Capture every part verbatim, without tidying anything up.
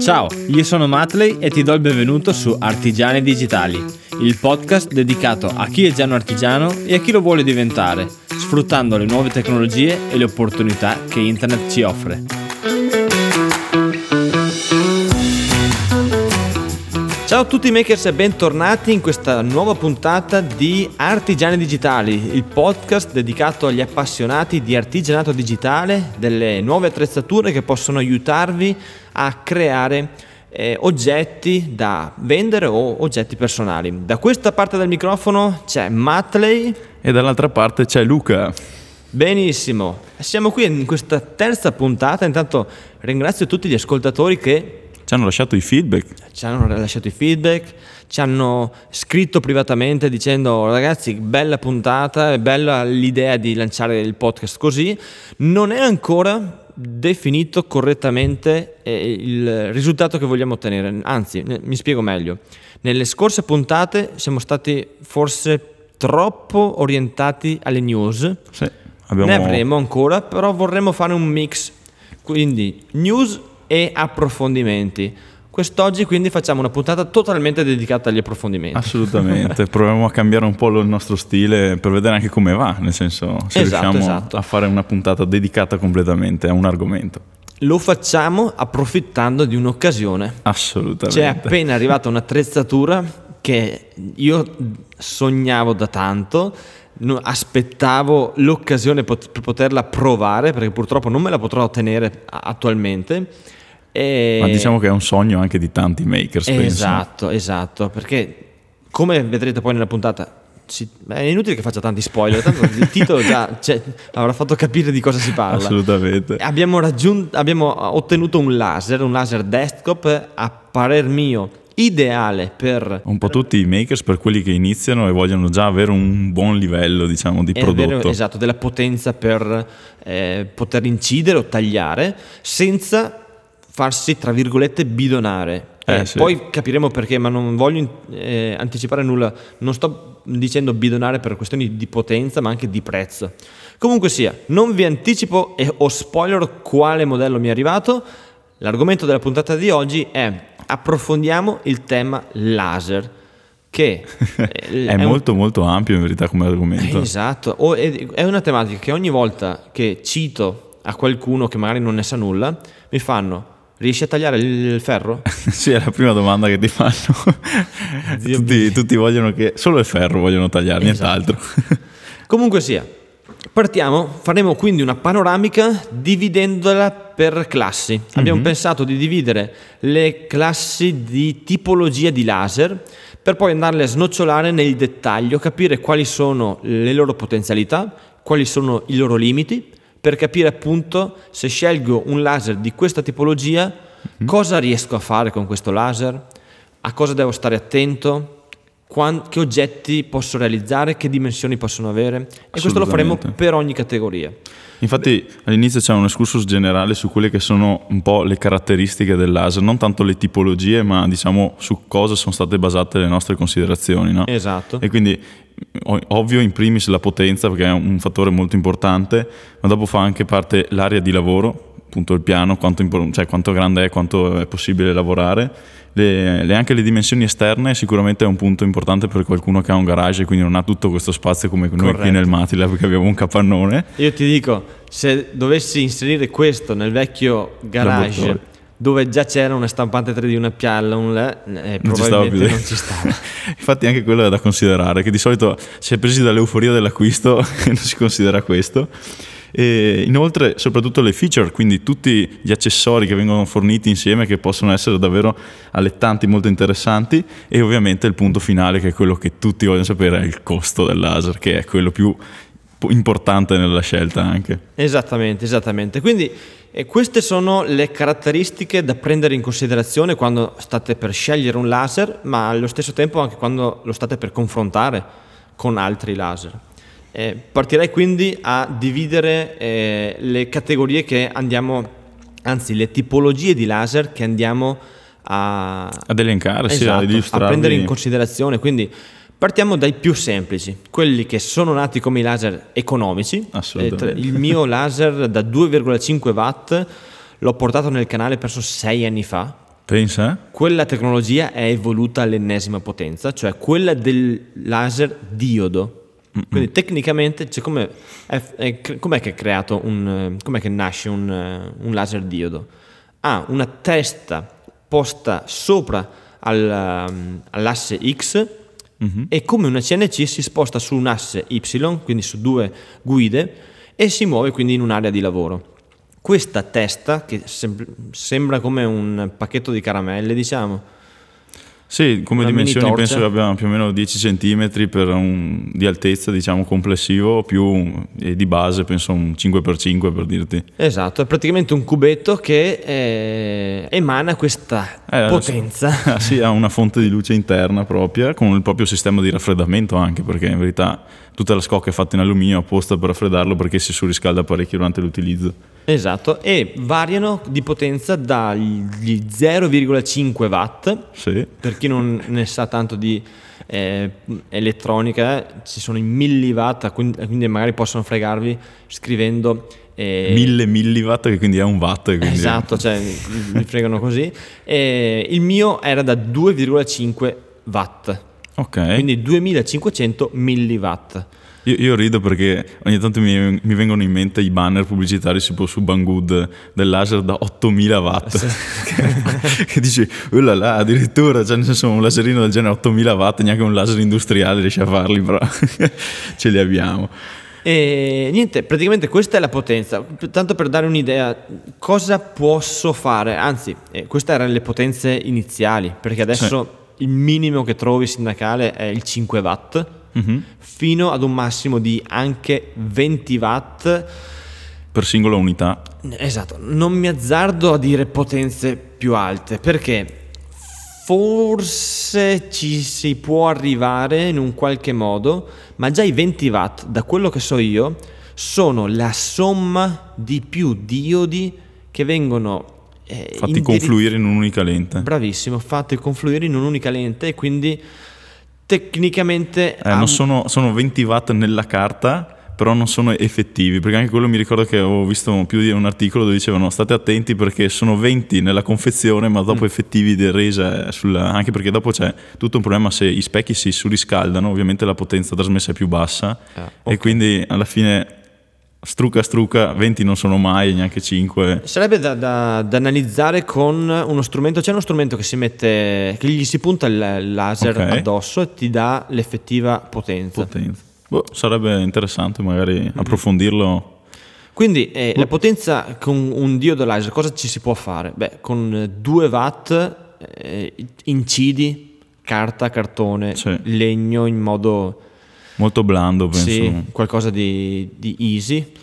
Ciao, io sono Matley e ti do il benvenuto su Artigiani Digitali, il podcast dedicato a chi è già un artigiano e a chi lo vuole diventare, sfruttando le nuove tecnologie e le opportunità che internet ci offre. Ciao a tutti i makers e bentornati in questa nuova puntata di Artigiani Digitali, il podcast dedicato agli appassionati di artigianato digitale, delle nuove attrezzature che possono aiutarvi a creare eh, oggetti da vendere o oggetti personali. Da questa parte del microfono c'è Matley e dall'altra parte c'è Luca. Benissimo, siamo qui in questa terza puntata. Intanto ringrazio tutti gli ascoltatori che ci hanno lasciato i feedback. Ci hanno lasciato i feedback, ci hanno scritto privatamente dicendo: ragazzi, bella puntata, è bella l'idea di lanciare il podcast così. Non è ancora definito correttamente il risultato che vogliamo ottenere, anzi, mi spiego meglio. Nelle scorse puntate siamo stati forse troppo orientati alle news. Sì, abbiamo... Ne avremo ancora, però vorremmo fare un mix, quindi news e approfondimenti. Quest'oggi quindi facciamo una puntata totalmente dedicata agli approfondimenti. Assolutamente, proviamo a cambiare un po' il nostro stile per vedere anche come va, nel senso se esatto, riusciamo esatto. a fare una puntata dedicata completamente a un argomento. Lo facciamo approfittando di un'occasione. Assolutamente. C'è appena arrivata un'attrezzatura che io sognavo da tanto, aspettavo l'occasione per poterla provare, perché purtroppo non me la potrò ottenere attualmente. E... Ma diciamo che è un sogno anche di tanti makers, esatto, penso. Esatto, perché come vedrete poi nella puntata, si... è inutile che faccia tanti spoiler, tanto il titolo già cioè, avrà fatto capire di cosa si parla. Assolutamente. Abbiamo, raggiunto, abbiamo ottenuto un laser, un laser desktop, a parer mio ideale per un po' tutti i makers, per quelli che iniziano e vogliono già avere un buon livello, diciamo, di prodotto. Avere, esatto, della potenza per eh, poter incidere o tagliare senza farsi, tra virgolette, bidonare. Eh, eh, sì. Poi capiremo perché, ma non voglio eh, anticipare nulla. Non sto dicendo bidonare per questioni di potenza, ma anche di prezzo. Comunque sia, non vi anticipo e o spoiler quale modello mi è arrivato. L'argomento della puntata di oggi è: approfondiamo il tema laser, che è, è molto un... molto ampio in verità come argomento. Esatto, o è, è una tematica che ogni volta che cito a qualcuno che magari non ne sa nulla mi fanno: riesci a tagliare il ferro? Sì, è la prima domanda che ti fanno. tutti, tutti vogliono che solo il ferro vogliono tagliare, esatto. Nient'altro. Comunque sia, partiamo, faremo quindi una panoramica dividendola per classi. Mm-hmm. Abbiamo pensato di dividere le classi di tipologia di laser per poi andarle a snocciolare nel dettaglio, capire quali sono le loro potenzialità, quali sono i loro limiti, per capire appunto se scelgo un laser di questa tipologia, mm-hmm. cosa riesco a fare con questo laser, a cosa devo stare attento, che oggetti posso realizzare, che dimensioni possono avere, e questo lo faremo per ogni categoria. Infatti all'inizio c'è un excursus generale su quelle che sono un po' le caratteristiche del laser, non tanto le tipologie, ma diciamo su cosa sono state basate le nostre considerazioni, no? Esatto. E quindi ovvio in primis la potenza, perché è un fattore molto importante, ma dopo fa anche parte l'area di lavoro, appunto il piano, quanto, cioè quanto grande è, quanto è possibile lavorare. Le, le, anche le dimensioni esterne sicuramente è un punto importante per qualcuno che ha un garage e quindi non ha tutto questo spazio come noi. Corretto. Qui nel Matilab, perché abbiamo un capannone. Io ti dico, se dovessi inserire questo nel vecchio garage Laboratorio, dove già c'era una stampante tre D, una pialla, un eh, non probabilmente ci non ci stava. Infatti anche quello è da considerare, che di solito si è presi dall'euforia dell'acquisto e non si considera questo. E inoltre soprattutto le feature, quindi tutti gli accessori che vengono forniti insieme, che possono essere davvero allettanti, molto interessanti, e ovviamente il punto finale, che è quello che tutti vogliono sapere, è il costo del laser, che è quello più importante nella scelta anche. Esattamente, esattamente. Quindi eh, queste sono le caratteristiche da prendere in considerazione quando state per scegliere un laser, ma allo stesso tempo anche quando lo state per confrontare con altri laser. Eh, partirei quindi a dividere eh, le categorie che andiamo, anzi le tipologie di laser che andiamo a, ad elencare, esatto, sì, ad illustrarvi. A prendere in considerazione. Quindi partiamo dai più semplici, quelli che sono nati come i laser economici. Assolutamente. Eh, il mio laser da due virgola cinque watt l'ho portato nel canale penso sei anni fa. Pensa? Quella tecnologia è evoluta all'ennesima potenza, cioè quella del laser diodo. Mm-mm. Quindi tecnicamente, cioè, come è, è, com'è che è creato un, com'è che nasce un, un laser diodo? Ha una testa posta sopra al, all'asse X, mm-hmm. e come una C N C si sposta su un asse Y, quindi su due guide, e si muove quindi in un'area di lavoro. Questa testa, che sem- sembra come un pacchetto di caramelle, diciamo. Sì, come una dimensioni penso che abbiamo più o meno dieci centimetri per un, di altezza, diciamo, complessivo, più e di base penso un cinque per cinque, per dirti. Esatto, è praticamente un cubetto che eh, emana questa eh, potenza. Sì, ha una fonte di luce interna propria, con il proprio sistema di raffreddamento anche, perché in verità tutta la scocca è fatta in alluminio apposta per raffreddarlo, perché si surriscalda parecchio durante l'utilizzo. Esatto, e variano di potenza dagli zero virgola cinque watt, sì. Per chi non ne sa tanto di eh, elettronica, ci sono i milliwatt, quindi magari possono fregarvi scrivendo eh, mille milliwatt, che quindi è un watt. Quindi esatto, cioè mi fregano così. E il mio era da due virgola cinque watt, ok, quindi duemilacinquecento milliwatt. Io, io rido perché ogni tanto mi, mi vengono in mente i banner pubblicitari tipo su Banggood del laser da ottomila watt, sì. che, che dici, oh là là, addirittura, cioè nel senso, un laserino del genere ottomila watt, neanche un laser industriale riesce a farli, però ce li abbiamo. E niente, praticamente questa è la potenza. Tanto per dare un'idea, cosa posso fare? Anzi, eh, queste erano le potenze iniziali, perché adesso sì. il minimo che trovi sindacale è il cinque watt. Mm-hmm. Fino ad un massimo di anche venti watt per singola unità. Esatto, non mi azzardo a dire potenze più alte, perché forse ci si può arrivare in un qualche modo, ma già i venti watt, da quello che so io, sono la somma di più diodi che vengono eh, fatti indiriz- confluire in un'unica lente. Bravissimo, fatti confluire in un'unica lente, e quindi tecnicamente eh, non sono, sono venti watt nella carta, però non sono effettivi, perché anche quello mi ricordo che ho visto più di un articolo dove dicevano state attenti perché sono venti nella confezione, ma dopo mm. effettivi di resa sulla, anche perché dopo c'è tutto un problema, se i specchi si surriscaldano ovviamente la potenza trasmessa è più bassa, ah, okay. e quindi alla fine strucca strucca venti non sono mai, neanche cinque. Sarebbe da, da, da analizzare con uno strumento. C'è uno strumento che si mette, che gli si punta il laser okay. addosso e ti dà l'effettiva potenza, potenza. Boh, sarebbe interessante magari mm-hmm. approfondirlo. Quindi eh, la potenza con un diodo laser, cosa ci si può fare? Beh, con due watt eh, incidi carta, cartone, sì. legno in modo molto blando, penso. Sì, qualcosa di, di easy.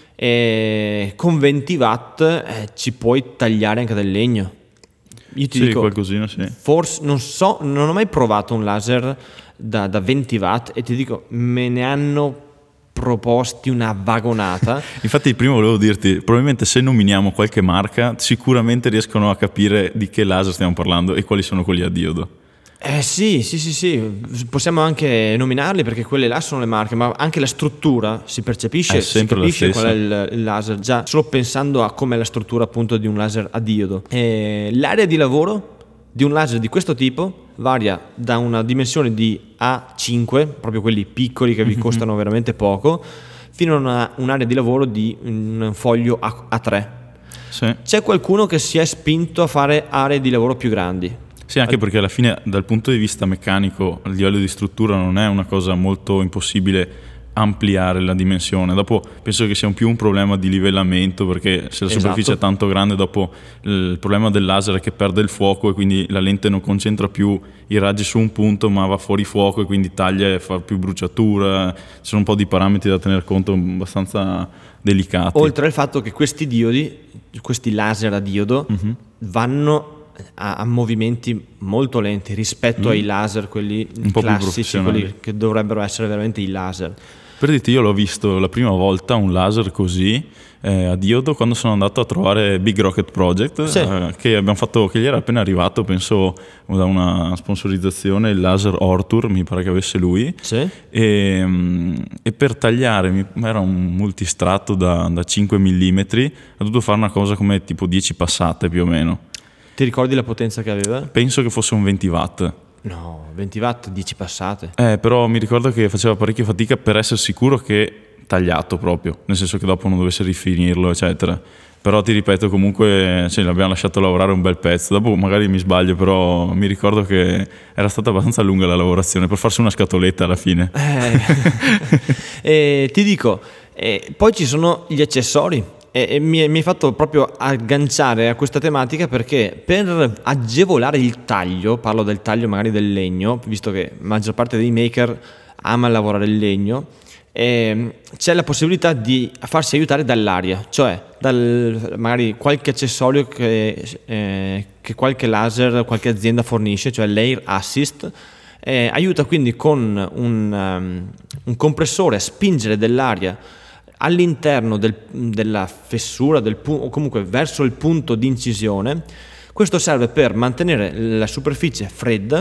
E con venti watt eh, ci puoi tagliare anche del legno. Io ti sì, dico, qualcosina, sì. Forse non so, non ho mai provato un laser da, da venti watt, e ti dico, me ne hanno proposti una vagonata. Infatti prima volevo dirti, probabilmente se nominiamo qualche marca sicuramente riescono a capire di che laser stiamo parlando e quali sono quelli a diodo. Eh sì, sì, sì, sì, possiamo anche nominarli perché quelle là sono le marche, ma anche la struttura si percepisce, si capisce qual è il, il laser, già solo pensando a com'è la struttura appunto di un laser a diodo. E l'area di lavoro di un laser di questo tipo varia da una dimensione di A cinque, proprio quelli piccoli che vi mm-hmm. costano veramente poco, fino a una, un'area di lavoro di un foglio A tre. Sì. C'è qualcuno che si è spinto a fare aree di lavoro più grandi. Sì, anche perché alla fine dal punto di vista meccanico a livello di struttura non è una cosa molto impossibile ampliare la dimensione. Dopo penso che sia più un problema di livellamento, perché se la superficie esatto. è tanto grande, dopo il problema del laser è che perde il fuoco e quindi la lente non concentra più i raggi su un punto ma va fuori fuoco e quindi taglia e fa più bruciatura. Ci sono un po' di parametri da tener conto abbastanza delicati. Oltre al fatto che questi diodi, questi laser a diodo mm-hmm. vanno A, a movimenti molto lenti rispetto mm. ai laser, quelli classici, quelli che dovrebbero essere veramente i laser. Per dirti, io l'ho visto la prima volta un laser così eh, a diodo quando sono andato a trovare Big Rocket Project, sì. eh, che abbiamo fatto, che gli era appena arrivato, penso da una sponsorizzazione, il laser Ortur, mi pare che avesse lui, sì. e, e per tagliare, era un multistratto da, da cinque millimetri, ha dovuto fare una cosa come tipo dieci passate più o meno. Ti ricordi la potenza che aveva? Penso che fosse un venti watt. No, venti watt, dieci passate. Eh, però mi ricordo che faceva parecchia fatica per essere sicuro che tagliato proprio, nel senso che dopo non dovesse rifinirlo, eccetera. Però ti ripeto, comunque cioè, l'abbiamo lasciato lavorare un bel pezzo. Dopo magari mi sbaglio, però mi ricordo che era stata abbastanza lunga la lavorazione per farsi una scatoletta alla fine. Eh, e ti dico, eh, poi ci sono gli accessori. E, e mi, mi hai fatto proprio agganciare a questa tematica, perché per agevolare il taglio, parlo del taglio magari del legno, visto che la maggior parte dei maker ama lavorare il legno, eh, c'è la possibilità di farsi aiutare dall'aria, cioè dal, magari qualche accessorio che, eh, che qualche laser, qualche azienda fornisce, cioè l'Air Assist. Eh, aiuta quindi con un, um, un compressore a spingere dell'aria all'interno del, della fessura del pu- o comunque verso il punto di incisione. Questo serve per mantenere la superficie fredda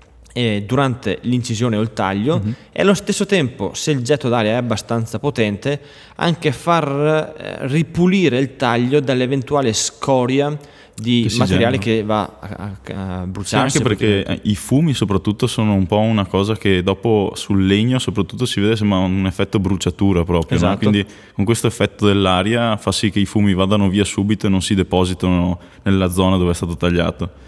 eh, durante l'incisione o il taglio, mm-hmm. e allo stesso tempo, se il getto d'aria è abbastanza potente, anche far eh, ripulire il taglio dall'eventuale scoria di che materiale generano. che va a, a, a bruciarsi. Sì, anche perché i fumi soprattutto sono un po' una cosa che dopo sul legno soprattutto si vede, sembra un effetto bruciatura proprio, esatto. no? Quindi con questo effetto dell'aria fa sì che i fumi vadano via subito e non si depositano nella zona dove è stato tagliato.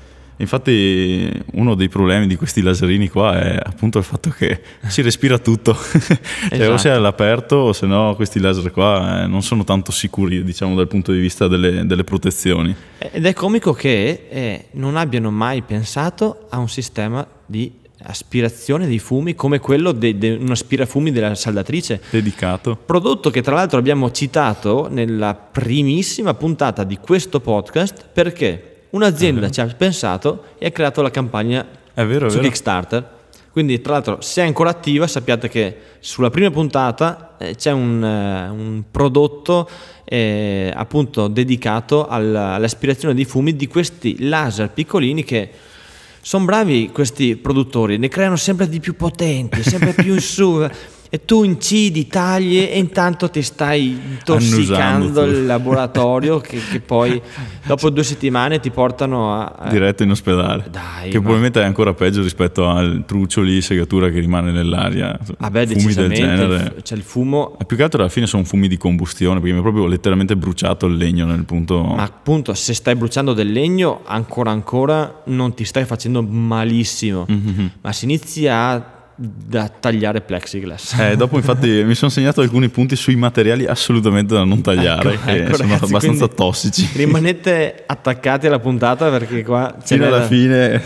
Infatti uno dei problemi di questi laserini qua è appunto il fatto che si respira tutto. Cioè, esatto. O se è all'aperto o se no questi laser qua eh, non sono tanto sicuri, diciamo, dal punto di vista delle, delle protezioni. Ed è comico che eh, non abbiano mai pensato a un sistema di aspirazione dei fumi come quello di de, un aspirafumi della saldatrice dedicato, prodotto che tra l'altro abbiamo citato nella primissima puntata di questo podcast, perché un'azienda ci ha pensato e ha creato la campagna è vero, è su vero. Kickstarter. Quindi tra l'altro, se è ancora attiva, sappiate che sulla prima puntata eh, c'è un, uh, un prodotto eh, appunto dedicato alla, all'aspirazione dei fumi di questi laser piccolini che sono bravi questi produttori, ne creano sempre di più potenti, sempre più in su. E tu incidi, tagli e intanto ti stai intossicando il laboratorio che, che poi dopo due settimane ti portano a, a... diretto in ospedale. Dai, che ma... probabilmente è ancora peggio rispetto al truccioli, segatura che rimane nell'aria. Vabbè, fumi del genere. C'è il fumo. E più che altro alla fine sono fumi di combustione, perché mi è proprio letteralmente bruciato il legno nel punto. Ma appunto, se stai bruciando del legno, ancora ancora non ti stai facendo malissimo, mm-hmm. ma si inizia a da tagliare plexiglass. Eh, dopo infatti mi sono segnato alcuni punti sui materiali assolutamente da non tagliare, ecco, che ecco, sono ragazzi, abbastanza tossici. Rimanete attaccati alla puntata perché qua fino alla da... fine.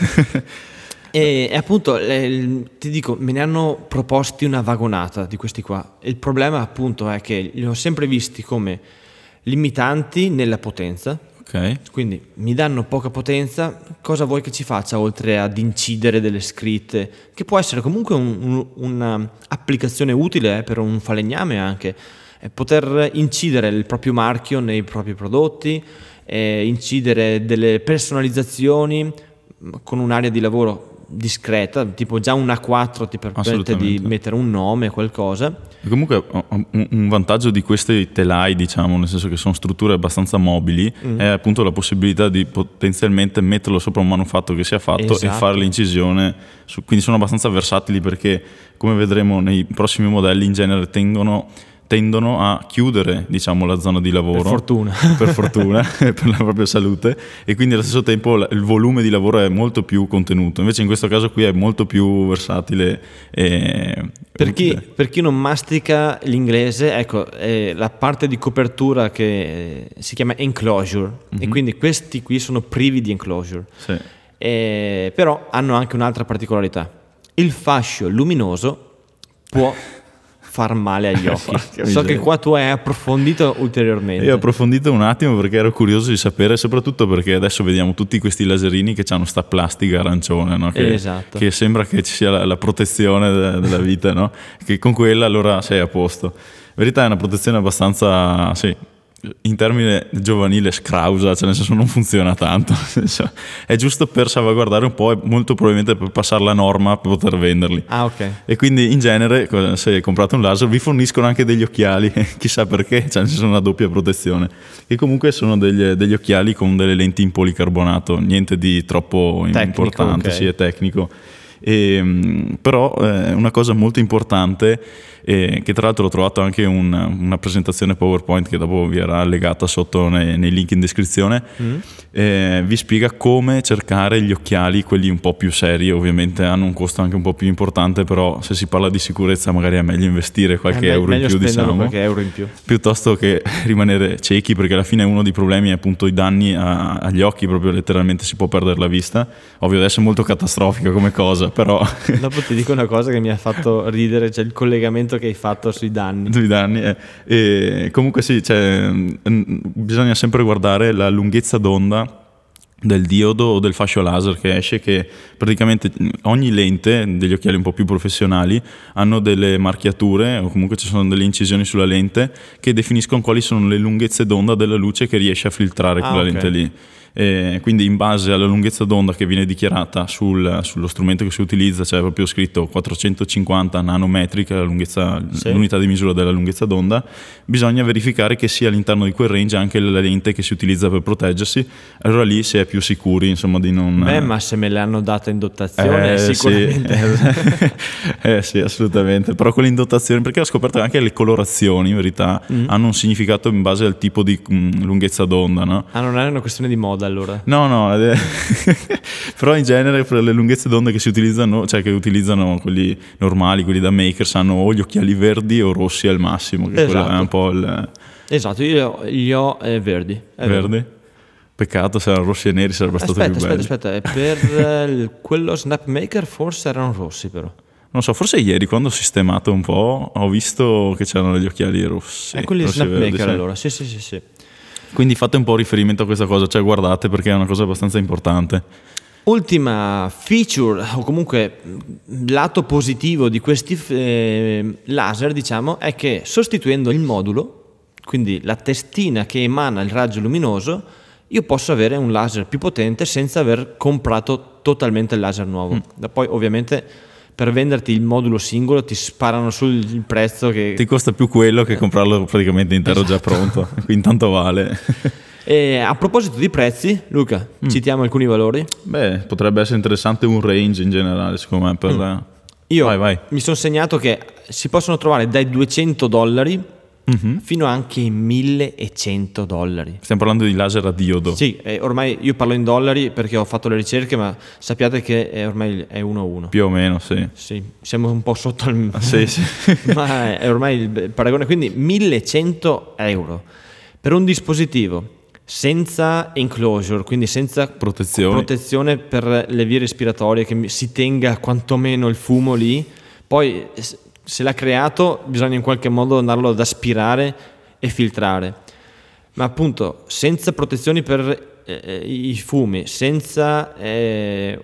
E, e appunto eh, ti dico, me ne hanno proposti una vagonata di questi qua. Il problema appunto è che li ho sempre visti come limitanti nella potenza. Okay. Quindi mi danno poca potenza, cosa vuoi che ci faccia oltre ad incidere delle scritte, che può essere comunque un, un, un'applicazione utile eh, per un falegname anche, eh, poter incidere il proprio marchio nei propri prodotti, eh, incidere delle personalizzazioni con un'area di lavoro discreta, tipo già un A quattro ti permette di mettere un nome, qualcosa. E comunque un vantaggio di queste telai, diciamo, nel senso che sono strutture abbastanza mobili, mm. è appunto la possibilità di potenzialmente metterlo sopra un manufatto che sia fatto, esatto. e fare l'incisione, su, quindi sono abbastanza versatili perché, come vedremo nei prossimi modelli, in genere tengono tendono a chiudere, diciamo, la zona di lavoro per fortuna per fortuna per la propria salute, e quindi allo stesso tempo il volume di lavoro è molto più contenuto. Invece in questo caso qui è molto più versatile e per chi, per chi non mastica l'inglese, ecco, eh, la parte di copertura che si chiama enclosure, mm-hmm. e quindi questi qui sono privi di enclosure, sì. eh, però hanno anche un'altra particolarità: il fascio luminoso può far male agli occhi. So che qua tu hai approfondito ulteriormente. Io ho approfondito un attimo perché ero curioso di sapere, soprattutto perché adesso vediamo tutti questi laserini che hanno sta plastica arancione, no? Che, esatto. che sembra che ci sia la, la protezione de, della vita, no? Che con quella allora sei a posto. In verità è una protezione abbastanza, sì, in termine giovanile scrausa, cioè nel senso non funziona tanto, nel senso, è giusto per salvaguardare un po' e molto probabilmente per passare la norma per poter venderli. Ah, ok. E quindi in genere se comprate un laser vi forniscono anche degli occhiali, chissà perché, cioè nel senso una doppia protezione, che comunque sono degli, degli occhiali con delle lenti in policarbonato, niente di troppo Tecnico, importante, okay. Sì, è tecnico. E, però eh, una cosa molto importante, eh, che tra l'altro ho trovato anche un, una presentazione PowerPoint che dopo vi era allegata sotto nei, nei link in descrizione, mm. eh, vi spiega come cercare gli occhiali, quelli un po' più seri. Ovviamente hanno un costo anche un po' più importante, però se si parla di sicurezza magari è meglio investire qualche è euro in più, diciamo, qualche euro in più piuttosto che rimanere ciechi, perché alla fine uno dei problemi è appunto i danni a, agli occhi, proprio letteralmente si può perdere la vista. Ovvio adesso è molto catastrofica come cosa, però dopo ti dico una cosa che mi ha fatto ridere, cioè il collegamento che hai fatto sui danni sui danni eh. E comunque sì, cioè, bisogna sempre guardare la lunghezza d'onda del diodo o del fascio laser che esce, che praticamente ogni lente degli occhiali un po' più professionali hanno delle marchiature o comunque ci sono delle incisioni sulla lente che definiscono quali sono le lunghezze d'onda della luce che riesce a filtrare ah, quella okay. lente lì. E quindi in base alla lunghezza d'onda che viene dichiarata sul, sullo strumento che si utilizza, c'è proprio scritto quattrocentocinquanta nanometri, che è la lunghezza, sì. l'unità di misura della lunghezza d'onda, bisogna verificare che sia all'interno di quel range anche la lente che si utilizza per proteggersi. Allora lì si è più sicuri, insomma, di non... Beh, ma se me le hanno date in dotazione, eh, sicuramente. Sì. eh sì, assolutamente. Però quelle in dotazione, perché ho scoperto che anche le colorazioni, in verità, mm. hanno un significato in base al tipo di mh, lunghezza d'onda, no? Ah, non è una questione di moda allora? No, no, però in genere per le lunghezze d'onda che si utilizzano, cioè che utilizzano quelli normali, quelli da makers, hanno o gli occhiali verdi o rossi al massimo, che esatto. quello è un po' il... Esatto, io li ho eh, verdi. Verdi? Vero. Peccato, se erano rossi e neri sarebbe stato aspetta, più bello. Aspetta, aspetta, per il, quello Snapmaker forse erano rossi però. Non so, forse ieri quando ho sistemato un po' ho visto che c'erano degli occhiali rossi. E quelli Snapmaker allora, sì, sì, sì, sì. Quindi fate un po' riferimento a questa cosa, cioè guardate, perché è una cosa abbastanza importante. Ultima feature o comunque lato positivo di questi eh, laser, diciamo, è che sostituendo il modulo, quindi la testina che emana il raggio luminoso, io posso avere un laser più potente senza aver comprato totalmente il laser nuovo. Mm. Poi ovviamente per venderti il modulo singolo ti sparano sul prezzo che... Ti costa più quello che comprarlo praticamente intero, esatto. Già pronto, quindi tanto vale. E a proposito di prezzi, Luca, mm. citiamo alcuni valori? Beh, potrebbe essere interessante un range in generale, secondo me. Per... Mm. Io vai, vai. mi sono segnato che si possono trovare dai duecento dollari mm-hmm. fino anche ai millecento dollari. Stiamo parlando di laser a diodo. Sì, eh, ormai io parlo in dollari perché ho fatto le ricerche, ma sappiate che è ormai è uno a uno. Più o meno, sì. Sì, siamo un po' sotto il... Ah, sì, sì. ma è ormai il paragone, quindi millecento euro per un dispositivo senza enclosure, quindi senza protezione. protezione per le vie respiratorie, che si tenga quantomeno il fumo lì. Poi se l'ha creato bisogna in qualche modo andarlo ad aspirare e filtrare, ma appunto senza protezioni per eh, i fumi, senza eh,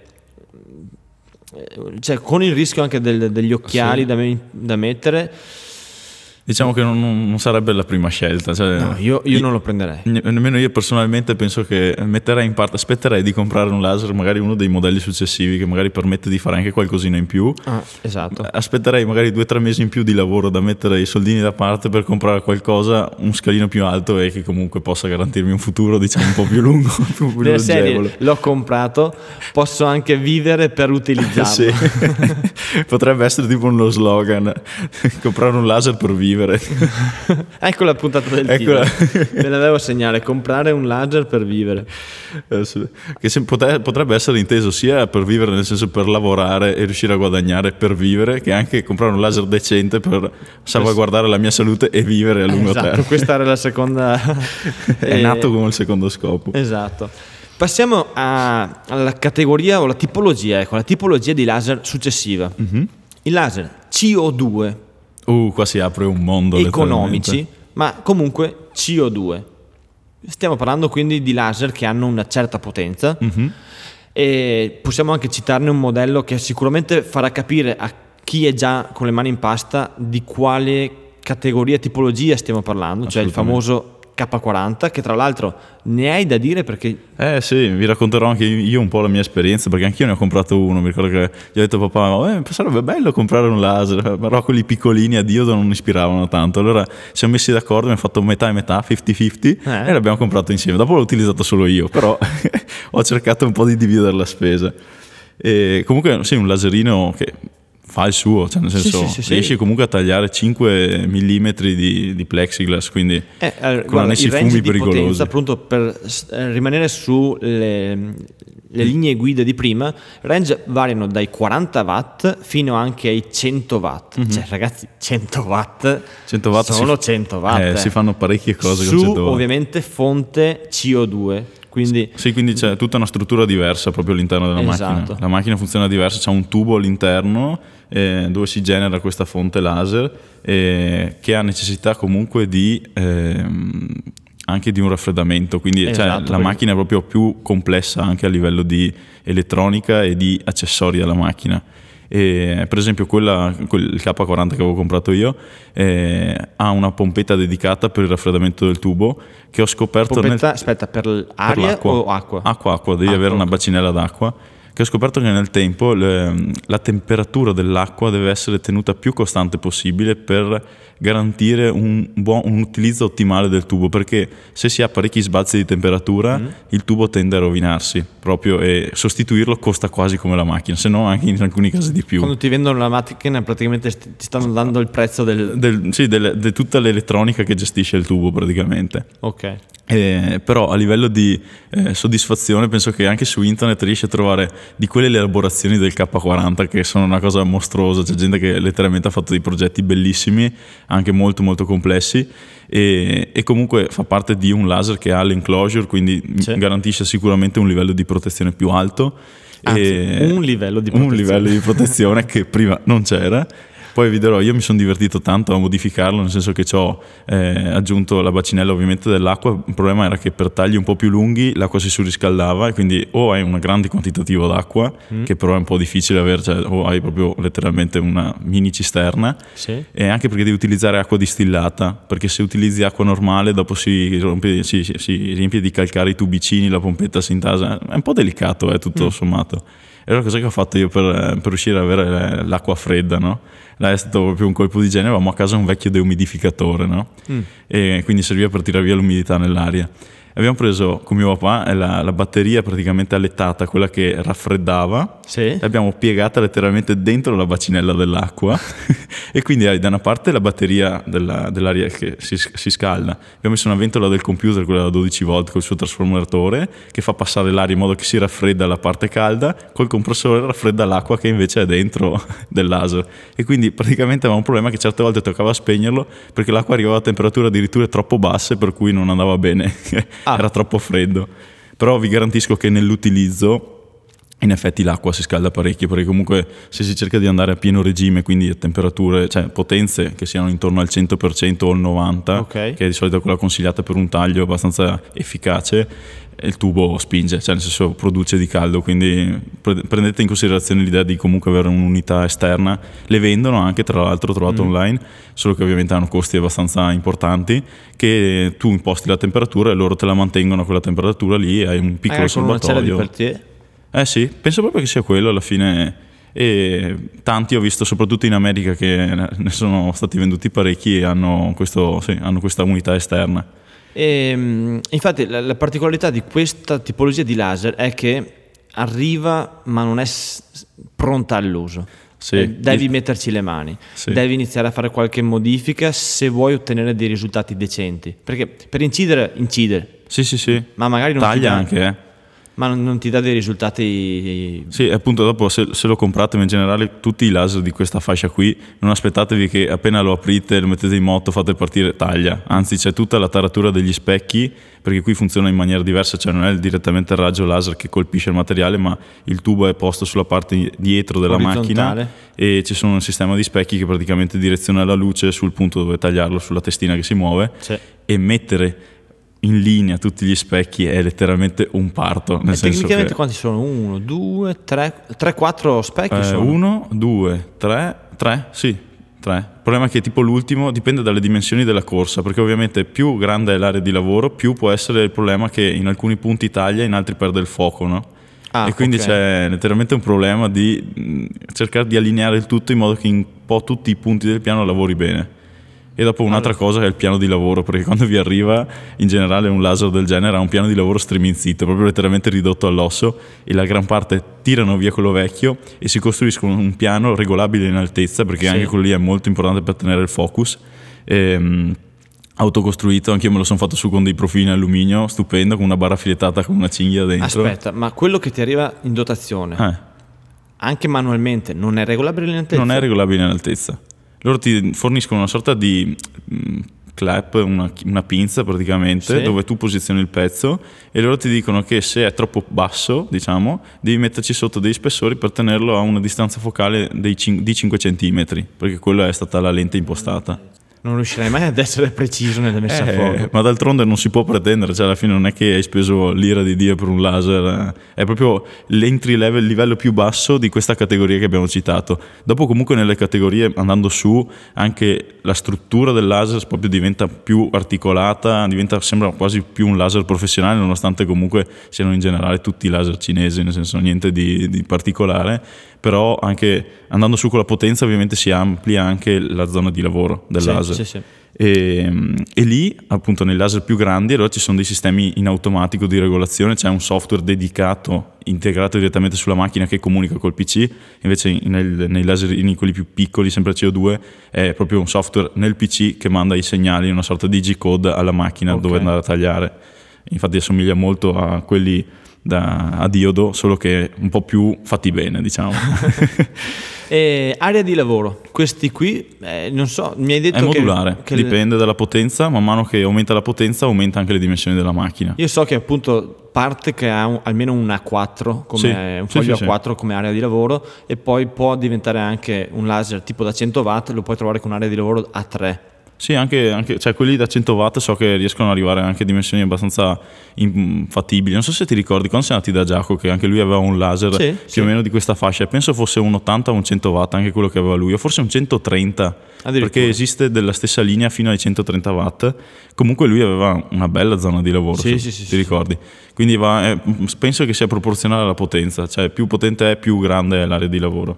cioè con il rischio anche del, degli occhiali, sì. da, me, da mettere. Diciamo che non, non sarebbe la prima scelta, cioè, no, io, io non lo prenderei. Nemmeno io personalmente penso che metterei in parte, aspetterei di comprare un laser, magari uno dei modelli successivi che magari permette di fare anche qualcosina in più. Ah, esatto. Aspetterei magari due o tre mesi in più di lavoro da mettere i soldini da parte per comprare qualcosa un scalino più alto e che comunque possa garantirmi un futuro, diciamo, un po' più lungo, più, più Nella serie, l'ho comprato, posso anche vivere per utilizzarlo. Sì. Potrebbe essere tipo uno slogan, comprare un laser per vivere. Ecco la puntata del Eccola. titolo, me la devo segnare: comprare un laser per vivere, che se pote- potrebbe essere inteso sia per vivere, nel senso per lavorare e riuscire a guadagnare per vivere, che anche comprare un laser decente per salvaguardare la mia salute e vivere a lungo esatto, termine. Questa era la seconda è eh... nato con il secondo scopo. Esatto. Passiamo a, alla categoria o la tipologia, ecco, la tipologia di laser successiva. Mm-hmm. Il laser C O due. Uh, qua si apre un mondo economici, ma comunque C O due. Stiamo parlando quindi di laser che hanno una certa potenza, mm-hmm. e possiamo anche citarne un modello che sicuramente farà capire a chi è già con le mani in pasta di quale categoria, tipologia stiamo parlando, cioè il famoso K quaranta, che tra l'altro ne hai da dire perché... Eh sì, vi racconterò anche io un po' la mia esperienza, perché anch'io ne ho comprato uno. Mi ricordo che gli ho detto a papà, eh, sarebbe bello comprare un laser, però quelli piccolini a diodo non ispiravano tanto. Allora ci siamo messi d'accordo, mi ha fatto metà e metà, cinquanta cinquanta, eh. e l'abbiamo comprato insieme. Dopo l'ho utilizzato solo io, però ho cercato un po' di dividere la spesa. E comunque sì, un laserino che fa il suo, cioè nel senso sì, sì, sì, riesci sì. comunque a tagliare cinque millimetri di, di plexiglass, quindi eh, allora, con guarda, essi il range fumi di pericolosi. potenza, appunto per eh, rimanere sulle le linee guida di prima, range variano dai quaranta watt fino anche ai cento watt. Mm-hmm. Cioè ragazzi, cento watt, cento watt sono si, cento watt. Eh, eh. Si fanno parecchie cose su con cento watt. Ovviamente fonte C O due. Quindi, sì, quindi c'è tutta una struttura diversa proprio all'interno della esatto. macchina. La macchina funziona diversa, c'è un tubo all'interno eh, dove si genera questa fonte laser eh, che ha necessità comunque di eh, anche di un raffreddamento, quindi esatto, cioè, la perché... macchina è proprio più complessa anche a livello di elettronica e di accessori alla macchina. E, per esempio quella, quel, il K quaranta che avevo comprato io eh, ha una pompetta dedicata per il raffreddamento del tubo che ho scoperto pompetta, nel... aspetta, per l'aria per l'acqua. O acqua? Acqua, acqua, devi acqua. avere una bacinella d'acqua, che ho scoperto che nel tempo le, la temperatura dell'acqua deve essere tenuta più costante possibile per garantire un, buon, un utilizzo ottimale del tubo, perché se si ha parecchi sbalzi di temperatura mm. il tubo tende a rovinarsi proprio, e sostituirlo costa quasi come la macchina, se no anche in alcuni casi di più. Quando ti vendono la macchina praticamente ti stanno dando il prezzo del... del sì, di tutta l'elettronica che gestisce il tubo praticamente. Ok. Eh, però a livello di eh, soddisfazione penso che anche su internet riesci a trovare di quelle elaborazioni del K quaranta che sono una cosa mostruosa. C'è gente che letteralmente ha fatto dei progetti bellissimi, anche molto molto complessi, e, e comunque fa parte di un laser che ha l'enclosure, quindi sì. garantisce sicuramente un livello di protezione più alto. Anzi, e un livello di protezione, un livello di protezione che prima non c'era. Poi vi dirò, io mi sono divertito tanto a modificarlo, nel senso che ci ho eh, aggiunto la bacinella ovviamente dell'acqua. Il problema era che per tagli un po' più lunghi l'acqua si surriscaldava, e quindi o hai un grande quantitativo d'acqua, mm. che però è un po' difficile avere, cioè, o hai proprio letteralmente una mini cisterna, sì. e anche perché devi utilizzare acqua distillata, perché se utilizzi acqua normale dopo si, rompe, si, si, si riempie di calcare i tubicini, la pompetta si intasa, è un po' delicato eh, tutto mm. sommato. E allora cosa che ho fatto io per, per riuscire ad avere l'acqua fredda, no? Là è stato proprio un colpo di genio. Avevamo a casa un vecchio deumidificatore, no? Mm. E quindi serviva per tirare via l'umidità nell'aria. Abbiamo preso con mio papà la, la batteria praticamente allettata, quella che raffreddava, sì. l'abbiamo piegata letteralmente dentro la bacinella dell'acqua e quindi hai da una parte la batteria della, dell'aria che si, si scalda, abbiamo messo una ventola del computer, quella da dodici volt col suo trasformatore, che fa passare l'aria in modo che si raffredda la parte calda, col compressore raffredda l'acqua che invece è dentro del laser, e quindi praticamente aveva un problema che certe volte toccava spegnerlo perché l'acqua arrivava a temperature addirittura troppo basse, per cui non andava bene. Ah. Era troppo freddo. Però vi garantisco che nell'utilizzo in effetti l'acqua si scalda parecchio, perché comunque se si cerca di andare a pieno regime, quindi a temperature, cioè potenze che siano intorno al cento per cento o al novanta per cento, okay. che è di solito quella consigliata per un taglio abbastanza efficace, il tubo spinge, cioè nel senso produce di caldo. Quindi prendete in considerazione l'idea di comunque avere un'unità esterna. Le vendono anche, tra l'altro, trovato mm. online, solo che ovviamente hanno costi abbastanza importanti, che tu imposti la temperatura e loro te la mantengono a quella temperatura lì, hai un piccolo eh, serbatoio. Una cella di eh sì, penso proprio che sia quello alla fine. E tanti ho visto, soprattutto in America, che ne sono stati venduti parecchi e hanno, questo, sì, hanno questa unità esterna. E, infatti la, la particolarità di questa tipologia di laser è che arriva ma non è s- pronta all'uso. Sì. Eh, devi Il... metterci le mani, sì. devi iniziare a fare qualche modifica se vuoi ottenere dei risultati decenti, perché per incidere incide, sì sì sì, ma magari non taglia ti dà, anche eh. ma non, non ti dà dei risultati. Sì, appunto, dopo se, se lo comprate, ma in generale tutti i laser di questa fascia qui, non aspettatevi che appena lo aprite, lo mettete in moto, fate partire, taglia. Anzi, c'è tutta la taratura degli specchi, perché qui funziona in maniera diversa, cioè non è direttamente il raggio laser che colpisce il materiale, ma il tubo è posto sulla parte dietro della macchina e ci sono un sistema di specchi che praticamente direziona la luce sul punto dove tagliarlo, sulla testina che si muove, sì. e mettere in linea tutti gli specchi è letteralmente un parto, nel e senso tecnicamente che quanti sono? uno, due, tre, tre, quattro specchi eh, sono? uno, due, tre, tre, sì, Tre. Il problema è che tipo l'ultimo dipende dalle dimensioni della corsa, perché ovviamente più grande è l'area di lavoro, più può essere il problema che in alcuni punti taglia, in altri perde il fuoco, no? Ah, e quindi okay. C'è letteralmente un problema di mh, cercare di allineare il tutto in modo che in un po' tutti i punti del piano lavori bene. E dopo un'altra allora. cosa è il piano di lavoro, perché quando vi arriva in generale un laser del genere ha un piano di lavoro striminzito, proprio letteralmente ridotto all'osso, e la gran parte tirano via quello vecchio e si costruiscono un piano regolabile in altezza, perché sì. anche quello lì è molto importante per tenere il focus. E, mh, autocostruito, anche io me lo sono fatto su con dei profili in alluminio, stupendo, con una barra filettata con una cinghia dentro. Aspetta, ma quello che ti arriva in dotazione, eh. anche manualmente, non è regolabile in altezza? Non è regolabile in altezza. Loro ti forniscono una sorta di mh, clap, una, una pinza praticamente, sì. dove tu posizioni il pezzo, e loro ti dicono che se è troppo basso, diciamo, devi metterci sotto dei spessori per tenerlo a una distanza focale dei cin- di cinque centimetri, perché quella è stata la lente impostata. Non riuscirai mai ad essere preciso nella messa Eh, a fuoco. ma d'altronde non si può pretendere, cioè alla fine non è che hai speso l'ira di Dio per un laser, eh. È proprio l'entry level, il livello più basso di questa categoria che abbiamo citato. Dopo comunque nelle categorie, andando su, anche la struttura del laser proprio diventa più articolata, diventa, sembra quasi più un laser professionale, nonostante comunque siano in generale tutti laser cinesi, nel senso niente di, di particolare. Però anche andando su con la potenza ovviamente si amplia anche la zona di lavoro del sì, laser. Sì, sì. E, e lì appunto nei laser più grandi allora ci sono dei sistemi in automatico di regolazione, c'è un software dedicato integrato direttamente sulla macchina che comunica col P C. Invece nel, nei laser in quelli più piccoli, sempre C O due, è proprio un software nel P C che manda i segnali, una sorta di G-code alla macchina, okay, dove andare a tagliare. Infatti assomiglia molto a quelli da, a diodo, solo che un po' più fatti bene, diciamo. E area di lavoro, questi qui, eh, non so, mi hai detto è modulare, che, che dipende dalla potenza, man mano che aumenta la potenza aumenta anche le dimensioni della macchina. Io so che appunto parte che ha un, almeno un A quattro, come sì, un sì, foglio sì, A quattro sì. come area di lavoro, e poi può diventare anche un laser tipo da cento watt, lo puoi trovare con area di lavoro A tre. Sì, anche, anche cioè quelli da cento watt so che riescono ad arrivare anche a dimensioni abbastanza fattibili. Non so se ti ricordi quando sei andati da Giacomo, che anche lui aveva un laser sì, più sì. o meno di questa fascia, penso fosse un ottanta o un cento watt anche quello che aveva lui, o forse un centotrenta, perché esiste della stessa linea fino ai centotrenta watt. Comunque lui aveva una bella zona di lavoro, sì, se sì, sì, ti sì, ricordi. Quindi va, è, penso che sia proporzionale alla potenza, cioè più potente è più grande è l'area di lavoro.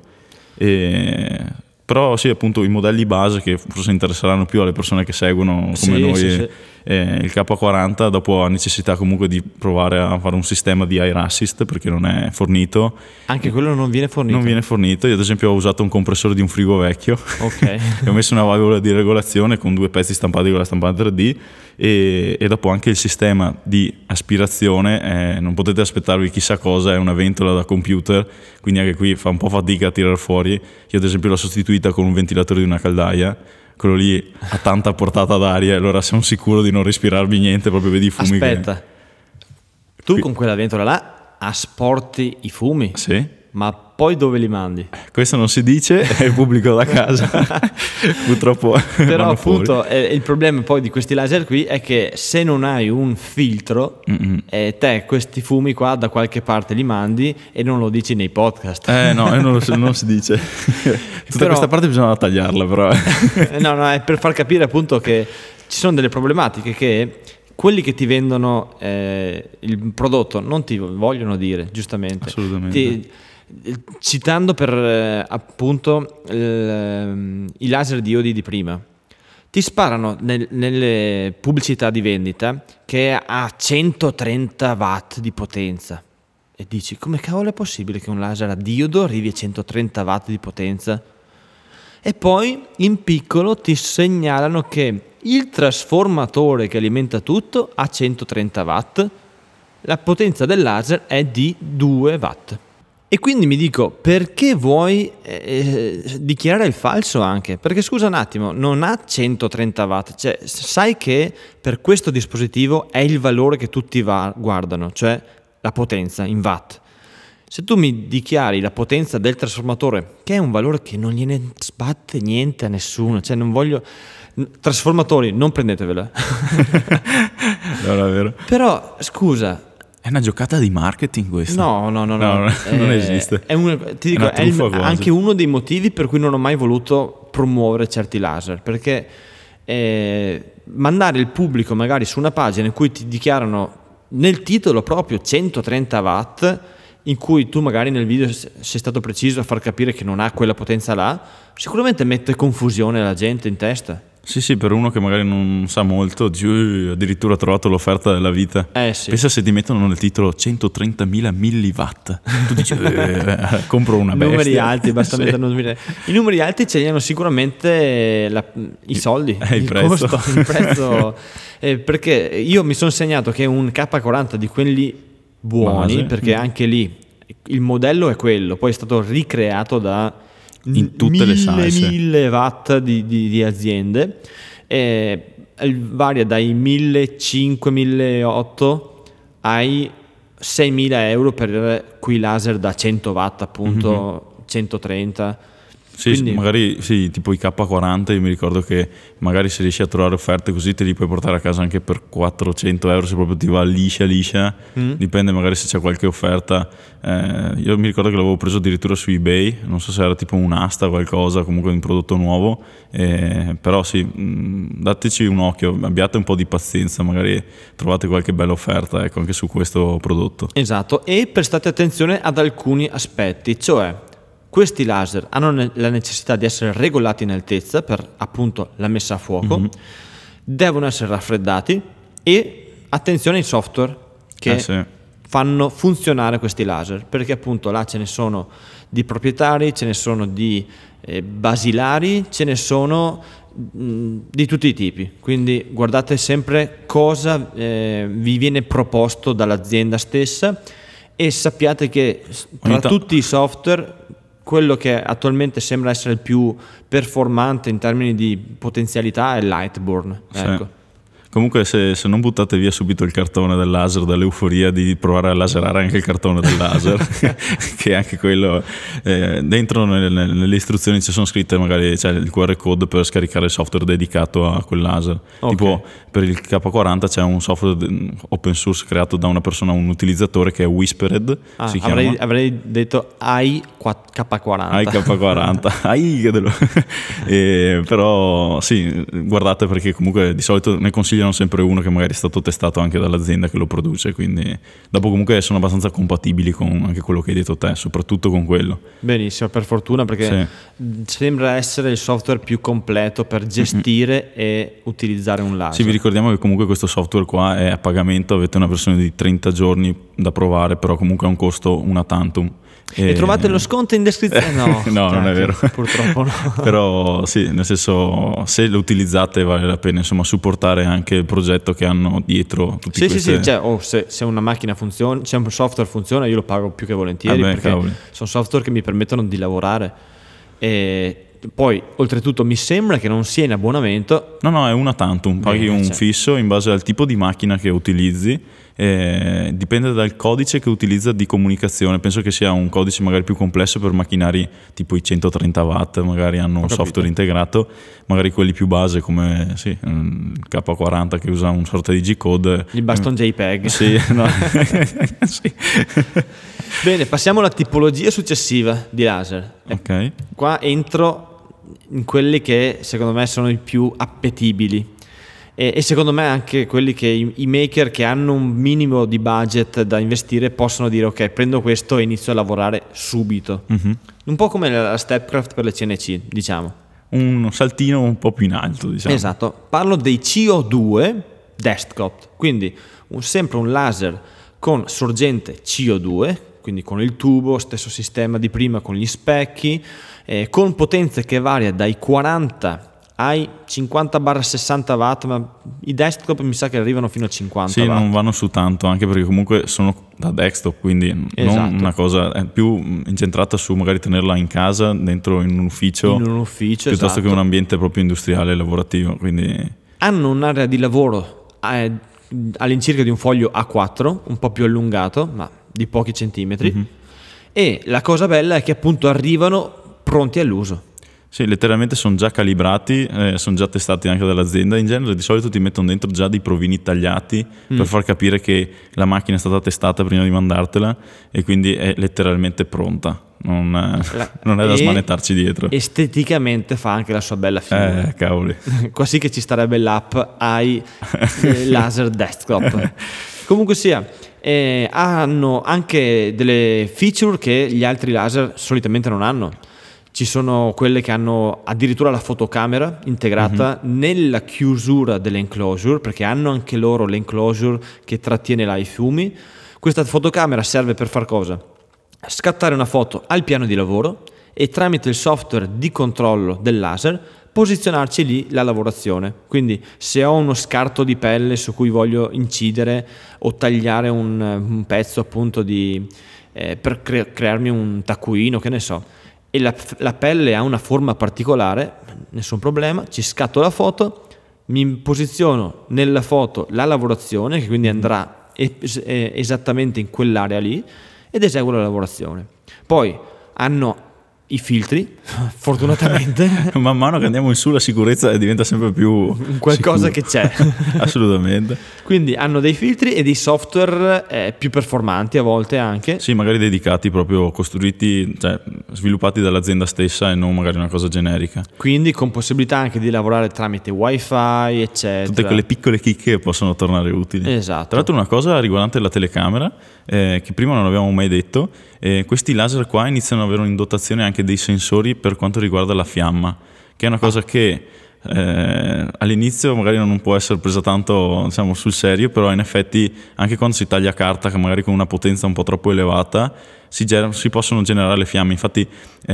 E però sì, appunto i modelli base che forse interesseranno più alle persone che seguono come sì, noi sì, sì. Eh, il K quaranta dopo ha necessità comunque di provare a fare un sistema di air assist perché non è fornito. Anche quello non viene fornito? Non viene fornito. Io ad esempio ho usato un compressore di un frigo vecchio, okay. e ho messo una valvola di regolazione con due pezzi stampati con la stampante tre D e, e dopo anche il sistema di aspirazione, eh, non potete aspettarvi chissà cosa, è una ventola da computer, quindi anche qui fa un po' fatica a tirare fuori. Io ad esempio l'ho sostituita con un ventilatore di una caldaia, quello lì ha tanta portata d'aria, allora sono sicuro di non respirarvi niente, proprio vedi i fumi. Aspetta, che... tu qui... con quella ventola là asporti i fumi? Sì. Ma poi dove li mandi? Questo non si dice, è pubblico da casa. Purtroppo. Però appunto eh, il problema poi di questi laser qui è che se non hai un filtro, eh, te questi fumi qua da qualche parte li mandi e non lo dici nei podcast. Eh no, non, lo, non si dice. Tutta però, questa parte bisogna tagliarla però. No, no, è per far capire appunto che ci sono delle problematiche che quelli che ti vendono eh, il prodotto non ti vogliono dire, giustamente. Assolutamente. Ti, citando per eh, appunto il, i laser diodi di prima, ti sparano nel, nelle pubblicità di vendita che ha centotrenta watt di potenza e dici come cavolo è possibile che un laser a diodo arrivi a centotrenta watt di potenza? E poi in piccolo ti segnalano che il trasformatore che alimenta tutto ha centotrenta watt, la potenza del laser è di due watt. E quindi mi dico, perché vuoi eh, dichiarare il falso anche? Perché scusa un attimo, non ha centotrenta watt, cioè sai che per questo dispositivo è il valore che tutti va- guardano, cioè la potenza in watt. Se tu mi dichiari la potenza del trasformatore, che è un valore che non gliene sbatte niente a nessuno, cioè non voglio... Trasformatori, non prendetevela. Non è vero. Però, scusa... È una giocata di marketing questa? No, no, no, no, no, no è, non esiste. È un, ti dico, è, il, anche uno dei motivi per cui non ho mai voluto promuovere certi laser, perché eh, mandare il pubblico magari su una pagina in cui ti dichiarano nel titolo proprio centotrenta watt, in cui tu magari nel video sei stato preciso a far capire che non ha quella potenza là, sicuramente mette confusione alla gente in testa. Sì, sì, per uno che magari non sa molto, dice, addirittura ha trovato l'offerta della vita. Eh sì. Pensa se ti mettono nel titolo centotrentamila milliwatt, tu dici, eh, compro una bestia. Numeri alti, basta sì. mettere numeri. I numeri alti ce li hanno sicuramente la, i soldi, eh, il, il prezzo. costo, il prezzo. Eh, perché io mi sono segnato che un K quaranta di quelli buoni, base, perché anche lì il modello è quello, poi è stato ricreato da in tutte mille, le salse, mille watt di, di, di aziende, e varia dai millecinquecento milleottocento ai seimila euro per quei laser da cento watt, appunto, mm-hmm. centotrenta. Sì, Quindi, magari sì, tipo i K quaranta, io mi ricordo che magari se riesci a trovare offerte così te li puoi portare a casa anche per quattrocento euro se proprio ti va liscia liscia, mm. dipende magari se c'è qualche offerta. Eh, io mi ricordo che l'avevo preso addirittura su eBay, non so se era tipo un'asta o qualcosa, comunque un prodotto nuovo, eh, però sì, mh, dateci un occhio, abbiate un po' di pazienza, magari trovate qualche bella offerta, ecco, anche su questo prodotto. Esatto, e prestate attenzione ad alcuni aspetti, cioè questi laser hanno la necessità di essere regolati in altezza per appunto la messa a fuoco, mm-hmm. devono essere raffreddati, e attenzione ai software che eh sì. fanno funzionare questi laser, perché appunto là ce ne sono di proprietari, ce ne sono di eh, basilari, ce ne sono mh, di tutti i tipi, quindi guardate sempre cosa eh, vi viene proposto dall'azienda stessa, e sappiate che tra Ogni tutti i software quello che attualmente sembra essere il più performante in termini di potenzialità è Lightborn. Sì. Ecco. Comunque se, se non buttate via subito il cartone del laser dall'euforia di provare a laserare anche il cartone del laser, che anche quello eh, dentro nelle, nelle istruzioni ci sono scritte, magari c'è il Q R code per scaricare il software dedicato a quel laser. Okay. Tipo per il K quaranta c'è un software open source creato da una persona, un utilizzatore, che è Whispered. Ah, si avrei, chiama. avrei detto A I K quaranta. A I K quaranta. Ai, eh, però sì, guardate, perché comunque di solito ne consigliano sempre uno che magari è stato testato anche dall'azienda che lo produce, quindi dopo comunque sono abbastanza compatibili con anche quello che hai detto te, soprattutto con quello. Benissimo, per fortuna, perché sì. sembra essere il software più completo per gestire mm-hmm. e utilizzare un laser. Sì, vi ricordiamo che comunque questo software qua è a pagamento, avete una versione di trenta giorni da provare, però comunque ha un costo una tantum. E, e trovate lo sconto in descrizione? No, no, non è vero. Purtroppo no. Però sì, nel senso, se lo utilizzate vale la pena, insomma, supportare anche il progetto che hanno dietro tutti sì, queste... Sì, sì, cioè, oh, se, se una macchina funziona, se un software funziona, io lo pago più che volentieri, ah beh, perché cavoli. sono software che mi permettono di lavorare. E poi, oltretutto, mi sembra che non sia in abbonamento. No, no, è una tantum, paghi Beh, un cioè. fisso in base al tipo di macchina che utilizzi. Eh, dipende dal codice che utilizza di comunicazione. Penso che sia un codice magari più complesso per macchinari tipo i centotrenta watt, magari hanno Ho un capito. software integrato, magari quelli più base come sì, il K quaranta che usa un sorta di G-code, il baston JPEG. Sì, no. sì. Bene, passiamo alla tipologia successiva di laser. Ok. Qua entro in quelli che secondo me sono i più appetibili. E, e secondo me anche quelli che i, i maker che hanno un minimo di budget da investire possono dire ok, prendo questo e inizio a lavorare subito. Mm-hmm. Un po' come la Stepcraft per le C N C, diciamo. Un saltino un po' più in alto, diciamo. Esatto, parlo dei C O due desktop, quindi un, sempre un laser con sorgente C O due, quindi con il tubo, stesso sistema di prima con gli specchi, eh, con potenze che varia dai quaranta ai cinquanta sessanta watt, ma i desktop mi sa che arrivano fino a cinquanta sì, watt. Non vanno su tanto, anche perché comunque sono da desktop, quindi esatto. non una cosa, è più incentrata su magari tenerla in casa, dentro in un ufficio, in un ufficio piuttosto esatto. che un ambiente proprio industriale e lavorativo. Quindi hanno un'area di lavoro eh, all'incirca di un foglio A quattro, un po' più allungato, ma di pochi centimetri, mm-hmm. e la cosa bella è che appunto arrivano pronti all'uso. Sì, letteralmente sono già calibrati, eh, sono già testati anche dall'azienda. In genere di solito ti mettono dentro già dei provini tagliati mm. per far capire che la macchina è stata testata prima di mandartela e quindi è letteralmente pronta. non, La, non è da smanettarci dietro. Esteticamente fa anche la sua bella figura. Eh, cavoli. Qua sì che ci starebbe l'app ai eh, laser desktop. Comunque sia, eh, hanno anche delle feature che gli altri laser solitamente non hanno. Ci sono quelle che hanno addirittura la fotocamera integrata mm-hmm. nella chiusura dell'enclosure, perché hanno anche loro l'enclosure che trattiene là i fumi. Questa fotocamera serve per far cosa? Scattare una foto al piano di lavoro e tramite il software di controllo del laser posizionarci lì la lavorazione. Quindi se ho uno scarto di pelle su cui voglio incidere o tagliare un, un pezzo appunto di, eh, per cre- crearmi un taccuino, che ne so, e la, la pelle ha una forma particolare, nessun problema, ci scatto la foto, mi posiziono nella foto la lavorazione, che quindi andrà es- esattamente in quell'area lì, ed eseguo la lavorazione. Poi hanno i filtri, fortunatamente. Man mano che andiamo in su la sicurezza diventa sempre più qualcosa sicura. Che c'è. Assolutamente. Quindi hanno dei filtri e dei software eh, più performanti a volte anche. Sì, magari dedicati, proprio costruiti, cioè sviluppati dall'azienda stessa e non magari una cosa generica. Quindi con possibilità anche di lavorare tramite wifi, eccetera. Tutte quelle piccole chicche possono tornare utili. Esatto. Tra l'altro una cosa riguardante la telecamera, eh, che prima non avevamo mai detto, eh, questi laser qua iniziano ad avere in dotazione anche dei sensori per quanto riguarda la fiamma, che è una cosa che eh, all'inizio magari non può essere presa tanto, diciamo, sul serio, però in effetti anche quando si taglia carta, che magari con una potenza un po' troppo elevata, si, ger- si possono generare le fiamme. Infatti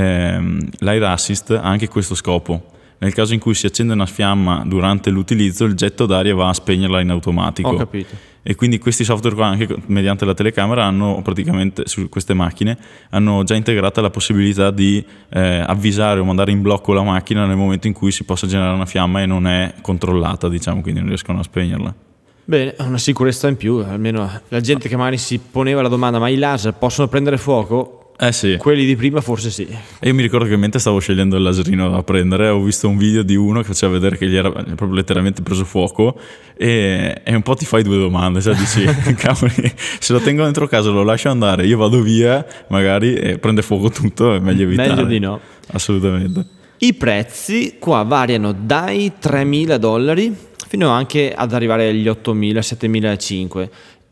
ehm, l'Air Assist ha anche questo scopo. Nel caso in cui si accende una fiamma durante l'utilizzo, il getto d'aria va a spegnerla in automatico. Ho capito. E quindi questi software qua, anche mediante la telecamera, hanno praticamente, su queste macchine, hanno già integrata la possibilità di eh, avvisare o mandare in blocco la macchina nel momento in cui si possa generare una fiamma e non è controllata, diciamo, quindi non riescono a spegnerla. Bene, una sicurezza in più, almeno la gente che magari si poneva la domanda: ma i laser possono prendere fuoco? Eh sì. Quelli di prima forse sì. E io mi ricordo che mentre stavo scegliendo il laserino da prendere, ho visto un video di uno che faceva vedere che gli era proprio letteralmente preso fuoco, e, e un po' ti fai due domande, cioè dici cavoli, se lo tengo dentro casa lo lascio andare, io vado via magari e prende fuoco tutto, è meglio evitare. Meglio di no. Assolutamente. I prezzi qua variano dai tremila dollari fino anche ad arrivare agli ottomila, settemilacinquecento,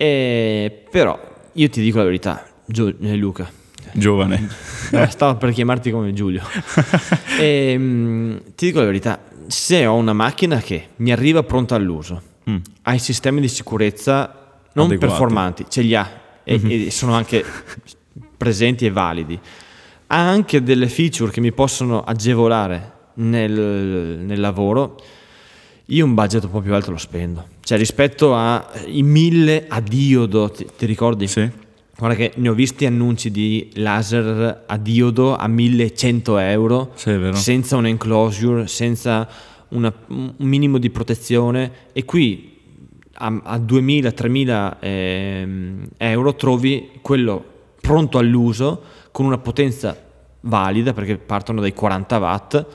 e però io ti dico la verità, Gio- eh, Luca, giovane, no, stavo per chiamarti come Giulio. E, mh, ti dico la verità, se ho una macchina che mi arriva pronta all'uso, mm. ha i sistemi di sicurezza non adeguati, performanti, ce li ha, e, mm-hmm. e sono anche presenti e validi, ha anche delle feature che mi possono agevolare nel, nel lavoro, io un budget un po' più alto lo spendo, cioè rispetto ai mille a diodo, ti, ti ricordi? Sì. Guarda che ne ho visti annunci di laser a diodo a millecento euro, sì, è vero. Senza un enclosure, senza una, un minimo di protezione, e qui a, a duemila tremila eh, euro trovi quello pronto all'uso con una potenza valida, perché partono dai quaranta watt,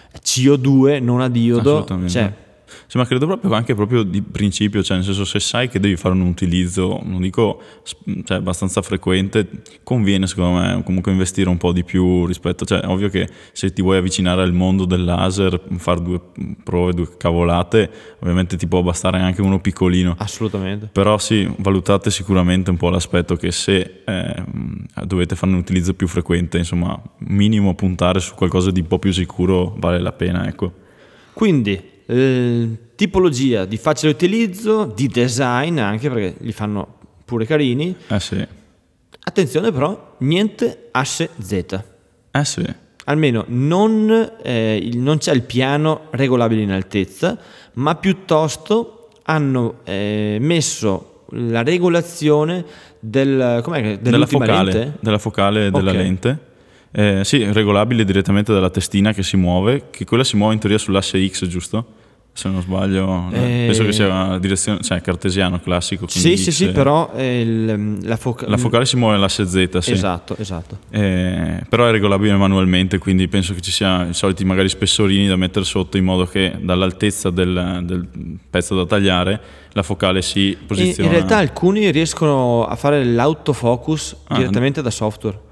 C O due, non a diodo, cioè sì, ma credo proprio anche proprio di principio, cioè nel senso, se sai che devi fare un utilizzo, non dico cioè, abbastanza frequente, conviene secondo me comunque investire un po' di più rispetto, cioè ovvio che se ti vuoi avvicinare al mondo del laser, fare due prove, due cavolate, ovviamente ti può bastare anche uno piccolino. Assolutamente. Però sì, valutate sicuramente un po' l'aspetto che se eh, dovete fare un utilizzo più frequente, insomma, minimo puntare su qualcosa di un po' più sicuro vale la pena, ecco. Quindi Eh, tipologia di facile utilizzo, di design anche, perché li fanno pure carini. Eh sì. Attenzione però, niente asse Z. Eh sì. Almeno non, eh, il, non c'è il piano regolabile in altezza, ma piuttosto hanno eh, messo la regolazione del, com'è, della focale, lente? Della focale della okay. lente. Eh, sì, regolabile direttamente dalla testina che si muove, che quella si muove in teoria sull'asse X, giusto? Se non sbaglio, eh... penso che sia una direzione, cioè cartesiano classico. Sì, sì, sì, però il, la, foca- la focale si muove nell'asse Z, sì. Esatto, esatto. Eh, però è regolabile manualmente, quindi penso che ci siano i soliti magari spessorini da mettere sotto, in modo che dall'altezza del, del pezzo da tagliare la focale si posiziona. In, in realtà alcuni riescono a fare l'autofocus ah, direttamente da software.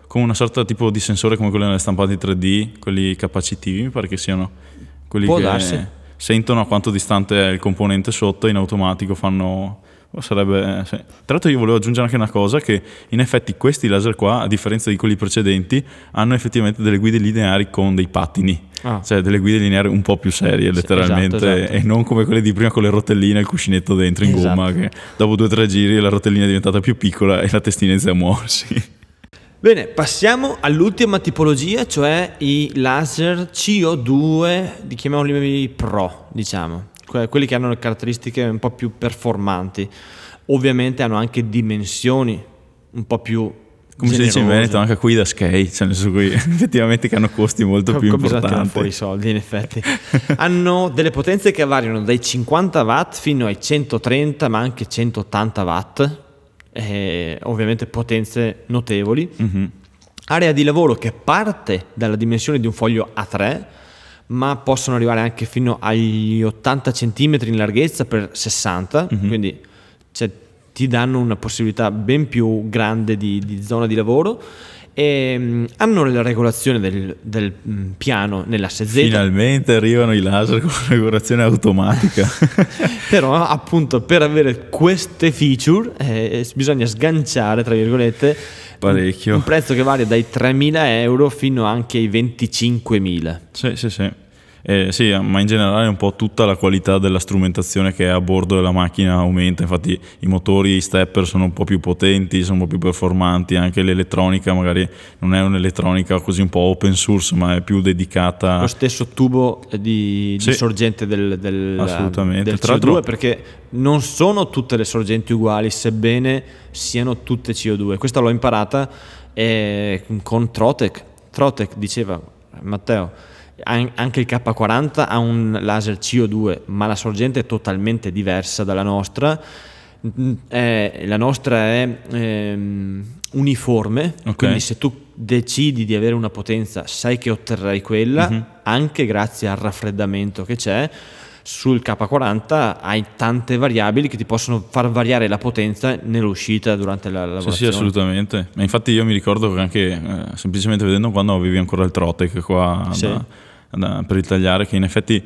con una sorta tipo di sensore come quelli nelle stampanti tre D, quelli capacitivi, mi pare che siano quelli Può che darsi. sentono a quanto distante è il componente sotto e in automatico fanno... Sarebbe, sì. Tra l'altro io volevo aggiungere anche una cosa, che in effetti questi laser qua, a differenza di quelli precedenti, hanno effettivamente delle guide lineari con dei pattini, Ah. cioè delle guide lineari un po' più serie letteralmente, esatto, esatto. e non come quelle di prima con le rotelline e il cuscinetto dentro in Esatto. gomma, che dopo due o tre giri la rotellina è diventata più piccola e la testina inizia a muoversi. Bene, passiamo all'ultima tipologia, cioè i laser C O due, di chiamiamoli Pro, diciamo, que- quelli che hanno le caratteristiche un po' più performanti. Ovviamente hanno anche dimensioni un po' più Come si dice in Veneto, anche qui da skate, cioè nel senso qui effettivamente che hanno costi molto più Bisogna tirare importanti. fuori i soldi, in effetti. Hanno delle potenze che variano dai cinquanta watt fino ai centotrenta, ma anche centottanta watt. Eh, ovviamente potenze notevoli. Mm-hmm. Area di lavoro che parte dalla dimensione di un foglio A tre, ma possono arrivare anche fino agli ottanta centimetri in larghezza per sessanta, Mm-hmm. quindi cioè, ti danno una possibilità ben più grande di, di zona di lavoro. E mh, hanno la regolazione del, del mh, piano nell'asse Z. Finalmente arrivano i laser con regolazione automatica. Però appunto per avere queste feature eh, bisogna sganciare, tra virgolette, Parecchio. un prezzo che varia dai tremila euro fino anche ai venticinquemila. Sì, sì, sì. Eh, sì, ma in generale un po' tutta la qualità della strumentazione che è a bordo della macchina aumenta. Infatti i motori, i stepper sono un po' più potenti, sono un po' più performanti, anche l'elettronica magari non è un'elettronica così un po' open source, ma è più dedicata. Lo stesso tubo di, di Sì. sorgente del, del, Assolutamente. del Tra C O due, l'altro- perché non sono tutte le sorgenti uguali, sebbene siano tutte C O due. Questa l'ho imparata eh, con Trotec. Trotec diceva, Matteo, an- anche il K quaranta ha un laser C O due, ma la sorgente è totalmente diversa dalla nostra. Mm, eh, la nostra è ehm, uniforme, Ok. quindi se tu decidi di avere una potenza sai che otterrai quella, Mhm. anche grazie al raffreddamento che c'è. Sul K quaranta hai tante variabili che ti possono far variare la potenza nell'uscita durante la Sì, lavorazione. sì, assolutamente. Ma infatti io mi ricordo che anche eh, semplicemente vedendo quando avevi ancora il Trotec qua Sì. da, da- per ritagliare, che in effetti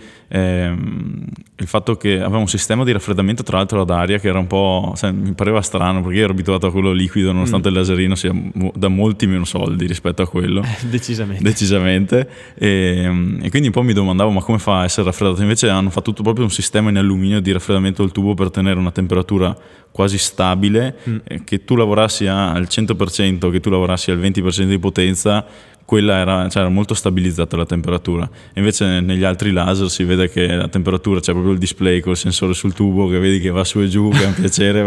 ehm, il fatto che aveva un sistema di raffreddamento tra l'altro ad aria che era un po', sai, mi pareva strano perché io ero abituato a quello liquido nonostante Mm. il laserino sia mo- da molti meno soldi rispetto a quello. Decisamente. Decisamente, e, e quindi un po' mi domandavo ma come fa a essere raffreddato. Invece hanno fatto tutto proprio un sistema in alluminio di raffreddamento del tubo per tenere una temperatura quasi stabile, Mm. eh, che tu lavorassi a- al cento per cento, che tu lavorassi al venti per cento di potenza, quella era, cioè era molto stabilizzata la temperatura. E invece negli altri laser si vede che la temperatura, c'è proprio il display col sensore sul tubo che vedi che va su e giù, che è un piacere.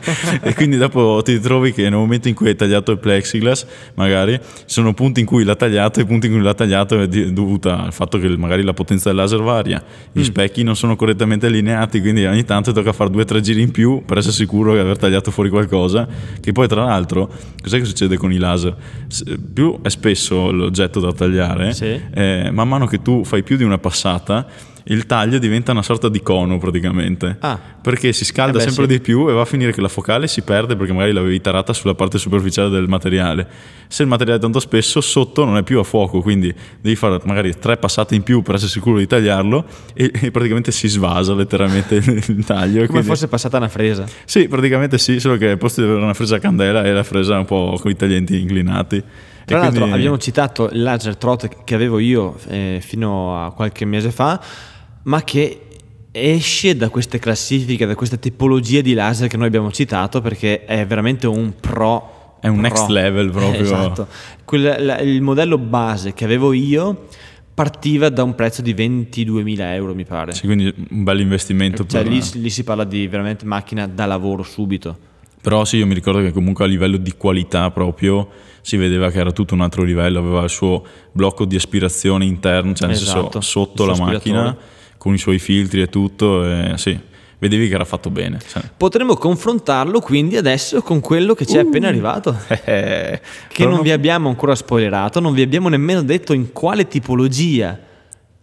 E quindi dopo ti trovi che nel momento in cui hai tagliato il plexiglass magari ci sono punti in cui l'ha tagliato e punti in cui l'ha tagliato è di- dovuta al fatto che magari la potenza del laser varia, gli Mm. specchi non sono correttamente allineati, quindi ogni tanto tocca fare due o tre giri in più per essere sicuro di aver tagliato fuori qualcosa. Che poi tra l'altro cos'è che succede con i laser? S- più è spesso l'oggetto da tagliare, Sì. eh, man mano che tu fai più di una passata il taglio diventa una sorta di cono praticamente, Ah. perché si scalda Eh beh, sempre sì. di più e va a finire che la focale si perde perché magari l'avevi tarata sulla parte superficiale del materiale. Se il materiale è tanto spesso, sotto non è più a fuoco, quindi devi fare magari tre passate in più per essere sicuro di tagliarlo e, e praticamente si svasa letteralmente il taglio. Come quindi- fosse passata una fresa. Sì, praticamente sì, solo che al posto di avere una fresa a candela è la fresa un po' con i taglienti inclinati. Tra E l'altro quindi- abbiamo citato il laser Trotec che avevo io eh, fino a qualche mese fa, ma che esce da queste classifiche, da questa tipologia di laser che noi abbiamo citato, perché è veramente un pro. È un pro. next level proprio. Esatto. Quel- la- il modello base che avevo io partiva da un prezzo di ventiduemila euro, mi pare. Sì, quindi un bel investimento. Cioè, per- lì, lì si parla di veramente macchina da lavoro subito. Però sì, io mi ricordo che comunque a livello di qualità proprio si vedeva che era tutto un altro livello, aveva il suo blocco di aspirazione interno, cioè nel Esatto, senso sotto il la suo macchina aspiratore. con i suoi filtri e tutto, e sì, vedevi che era fatto bene. Cioè. Potremmo confrontarlo quindi adesso con quello che ci è appena arrivato, Eh, che non vi abbiamo ancora spoilerato, non vi abbiamo nemmeno detto in quale tipologia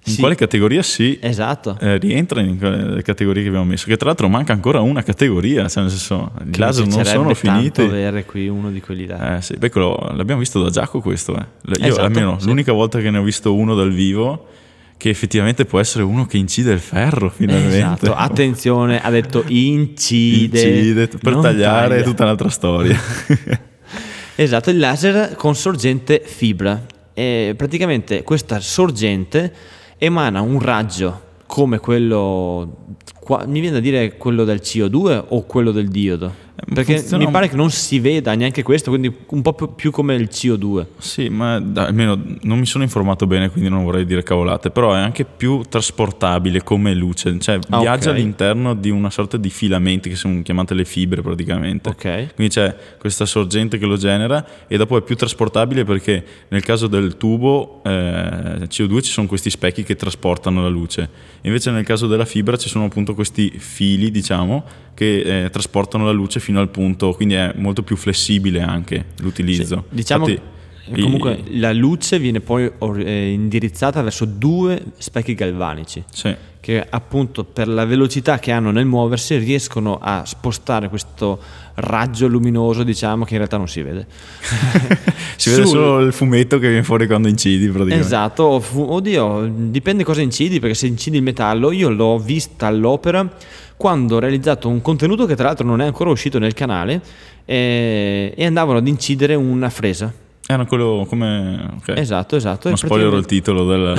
in Sì. quale categoria si Esatto. eh, rientra in quelle categorie che abbiamo messo, che tra l'altro manca ancora una categoria, cioè nel senso i Che laser mi non sono piacerebbe finiti. tanto avere qui uno di quelli là. Eh, sì, beh, quello, l'abbiamo visto da Giacomo questo, eh. Io Esatto, almeno sì. l'unica volta che ne ho visto uno dal vivo, che effettivamente può essere uno che incide il ferro finalmente. Esatto, attenzione, ha detto incide, incide per non tagliare taglia. è tutta un'altra storia. Esatto, il laser con sorgente fibra. E praticamente questa sorgente emana un raggio come quello, qua- mi viene da dire quello del C O due o quello del diodo? Perché funziona mi un- pare che non si veda neanche questo, quindi un po' più- più come il C O due. Sì, ma da- almeno non mi sono informato bene, quindi non vorrei dire cavolate, però è anche più trasportabile come luce, cioè Ah, viaggia ok. all'interno di una sorta di filamenti che sono chiamate le fibre praticamente. Ok. Quindi c'è questa sorgente che lo genera e dopo è più trasportabile perché nel caso del tubo eh, C O due ci sono questi specchi che trasportano la luce, invece nel caso della fibra ci sono appunto questi fili, diciamo, che eh, trasportano la luce fino al punto, quindi è molto più flessibile anche l'utilizzo. Sì, diciamo Infatti, che comunque la luce viene poi or- eh, indirizzata verso due specchi galvanici sì. che appunto per la velocità che hanno nel muoversi riescono a spostare questo raggio luminoso, diciamo, che in realtà non si vede. Si vede Sul- solo il fumetto che viene fuori quando incidi praticamente. Esatto, o fu- oddio, dipende cosa incidi, perché se incidi il metallo, io l'ho vista all'opera quando ho realizzato un contenuto che tra l'altro non è ancora uscito nel canale e, e andavano ad incidere una fresa. Era quello come... ok. Esatto, esatto. Non e spoilerò il praticamente- titolo del...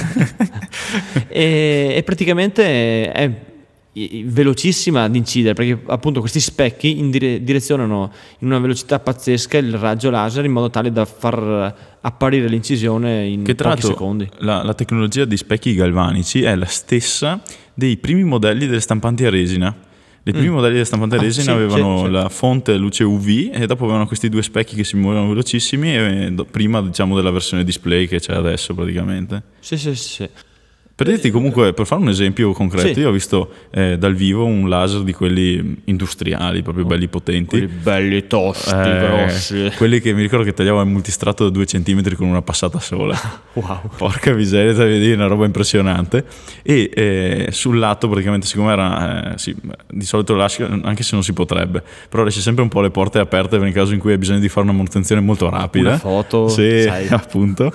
e, e praticamente è i- velocissima ad incidere, perché appunto questi specchi indire- direzionano in una velocità pazzesca il raggio laser in modo tale da far apparire l'incisione in Che tra pochi l'altro secondi. la, la tecnologia di specchi galvanici è la stessa dei primi modelli delle stampanti a resina. I primi Mm. modelli delle stampanti a Ah, resina sì, avevano sì, sì. la fonte luce U V e dopo avevano questi due specchi che si muovevano velocissimi e do- prima diciamo della versione display che c'è adesso praticamente. Sì, sì, sì, sì. Per dirti comunque, per fare un esempio concreto, Sì. io ho visto eh, dal vivo un laser di quelli industriali, proprio belli potenti. Quelli belli tosti, Eh, grossi. quelli che mi ricordo che tagliavo il multistrato da due centimetri con una passata sola. Wow. Porca miseria, te vedi, una roba impressionante. E eh, sul lato, praticamente, siccome era eh, sì, di solito lascia, anche se non si potrebbe, però lascia sempre un po' le porte aperte per il caso in cui hai bisogno di fare una manutenzione molto rapida. Una foto, sì, sai. appunto.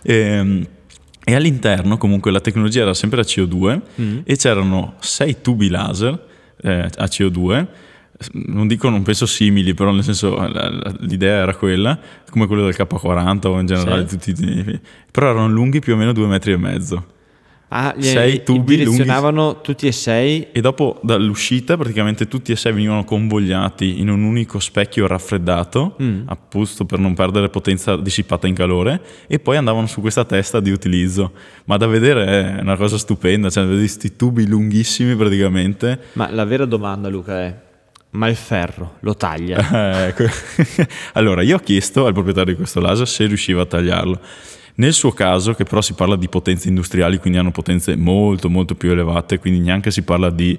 E, e all'interno, comunque, la tecnologia era sempre a C O due Mm. e c'erano sei tubi laser eh, a C O due. Non dico, non penso simili, però nel senso la- la- l'idea era quella, come quello del K quaranta o in generale Sì. tutti i- però erano lunghi più o meno due metri e mezzo. Ah, gli- Sei gli tubi direzionavano tutti e sei. E dopo dall'uscita praticamente tutti e sei venivano convogliati in un unico specchio raffreddato, Mm. apposto per non perdere potenza dissipata in calore, e poi andavano su questa testa di utilizzo. Ma da vedere è una cosa stupenda, cioè vedi questi tubi lunghissimi praticamente. Ma la vera domanda, Luca, è: ma il ferro lo taglia? Eh, ecco. Allora, io ho chiesto al proprietario di questo laser se riusciva a tagliarlo. Nel suo caso, che però si parla di potenze industriali, quindi hanno potenze molto molto più elevate, quindi neanche si parla di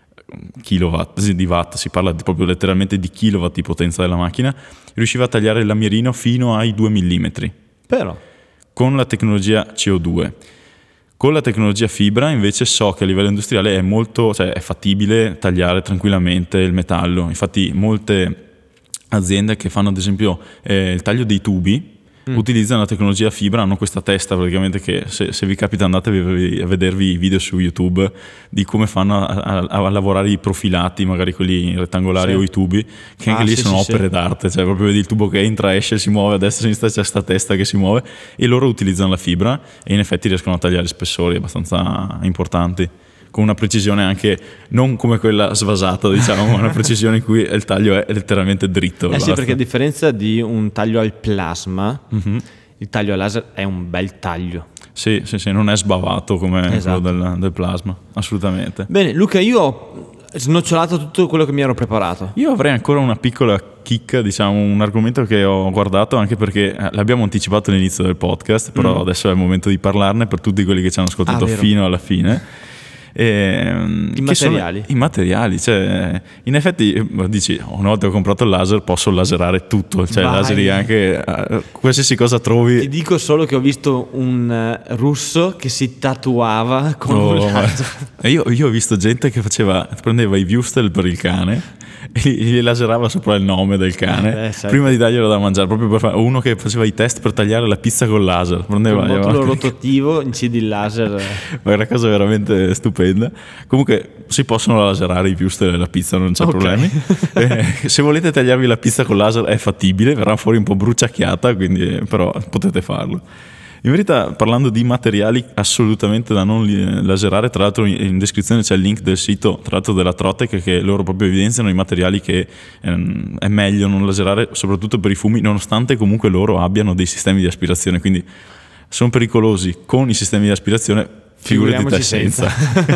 kilowatt, sì, di watt, si parla di- proprio letteralmente di kilowatt di potenza della macchina, riusciva a tagliare il lamierino fino ai due millimetri Però, con la tecnologia C O due. Con la tecnologia fibra invece so che a livello industriale è molto, cioè è fattibile tagliare tranquillamente il metallo. Infatti molte aziende che fanno ad esempio eh, il taglio dei tubi Mm. utilizzano la tecnologia fibra, hanno questa testa praticamente che se, se vi capita andate a vedervi i video su YouTube di come fanno a, a- a lavorare i profilati, magari quelli rettangolari Sì. o i tubi, che anche Ah, lì sì, sono sì, opere sì. d'arte, cioè proprio vedi il tubo che entra, esce, si muove a destra, a sinistra, c'è sta testa che si muove e loro utilizzano la fibra e in effetti riescono a tagliare spessori abbastanza importanti, con una precisione anche non come quella svasata, diciamo, ma una precisione in cui il taglio è letteralmente dritto. eh sì, basta. perché a differenza di un taglio al plasma, Mhm. il taglio al laser è un bel taglio. Sì, sì, sì, non è sbavato come Esatto. quello del, del plasma, assolutamente. Bene, Luca, io ho snocciolato tutto quello che mi ero preparato. Io avrei ancora una piccola chicca, diciamo, un argomento che ho guardato, anche perché eh, l'abbiamo anticipato all'inizio del podcast, però Mm. adesso è il momento di parlarne per tutti quelli che ci hanno ascoltato Ah, vero. fino alla fine. E, I materiali. I materiali, cioè, in effetti dici, una volta che ho comprato il laser posso laserare tutto, cioè Vai. laseri anche uh, qualsiasi cosa trovi. Ti dico solo che ho visto un uh, russo che si tatuava con Oh, un laser. Io, io ho visto gente che faceva, prendeva i Wustel per il cane e gli laserava sopra il nome del cane eh, prima di darglielo da mangiare, proprio per fare, uno che faceva i test per tagliare la pizza col laser, prendeva Un modulo rotativo, incidi il laser. ma è una cosa veramente stupenda. Comunque si possono laserare i Wustel e la pizza, non c'è Okay. problemi. Eh, se volete tagliarvi la pizza col laser è fattibile, verrà fuori un po' bruciacchiata, quindi però potete farlo. In verità, parlando di materiali assolutamente da non laserare, tra l'altro in descrizione c'è il link del sito, tra l'altro della Trotec, che loro proprio evidenziano i materiali che ehm, è meglio non laserare, soprattutto per i fumi, nonostante comunque loro abbiano dei sistemi di aspirazione, quindi sono pericolosi con i sistemi di aspirazione, figurati te senza.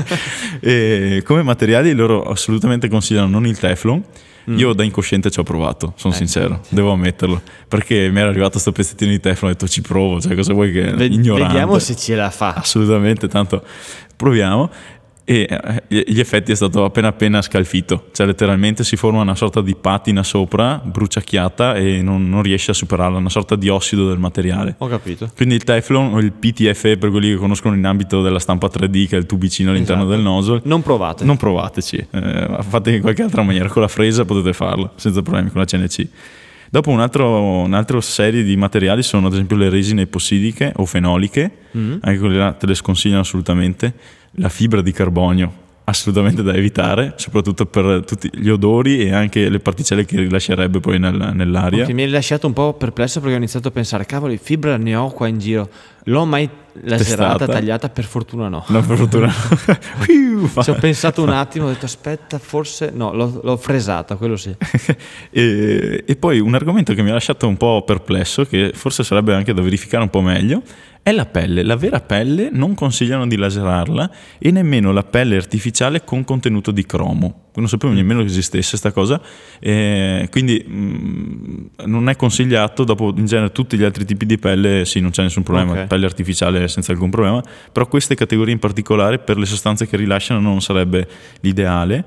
E come materiali loro assolutamente consigliano non il Teflon. Io da incosciente ci ho provato, sono eh, sincero, sì. Devo ammetterlo, perché mi era arrivato questo pezzettino di Teflon e ho detto ci provo, cioè cosa vuoi che... Ve- ignorante. Vediamo se ce la fa. Assolutamente, tanto proviamo. E gli effetti è stato appena appena scalfito, cioè letteralmente si forma una sorta di patina sopra, bruciacchiata, e non, non riesce a superarla, una sorta di ossido del materiale. Ho capito. Quindi il Teflon o il P T F E, per quelli che conoscono in ambito della stampa tre D, che è il tubicino all'interno esatto. del nozzle, non provate. Non provateci, eh, fate in qualche altra maniera, con la fresa potete farlo senza problemi, con la C N C. Dopo un altro, un'altra serie di materiali sono ad esempio le resine epossidiche o fenoliche, mm. anche quelle là te le sconsigliano assolutamente. La fibra di carbonio, assolutamente da evitare, soprattutto per tutti gli odori e anche le particelle che rilascerebbe poi nel, nell'aria. Okay, mi hai lasciato un po' perplesso perché ho iniziato a pensare, cavoli, fibra ne ho qua in giro, l'ho mai laserata, tagliata? Per fortuna no. No, per fortuna no. Ci ho pensato un attimo, ho detto aspetta, forse no, l'ho, l'ho fresata, quello sì. e, e poi un argomento che mi ha lasciato un po' perplesso, che forse sarebbe anche da verificare un po' meglio, è la pelle. La vera pelle non consigliano di laserarla, e nemmeno la pelle artificiale con contenuto di cromo. Non sapevo nemmeno che esistesse sta cosa, eh, quindi mh, non è consigliato. Dopo in genere tutti gli altri tipi di pelle sì, non c'è nessun problema, okay. Pelle artificiale senza alcun problema, però queste categorie in particolare per le sostanze che rilasciano non sarebbe l'ideale.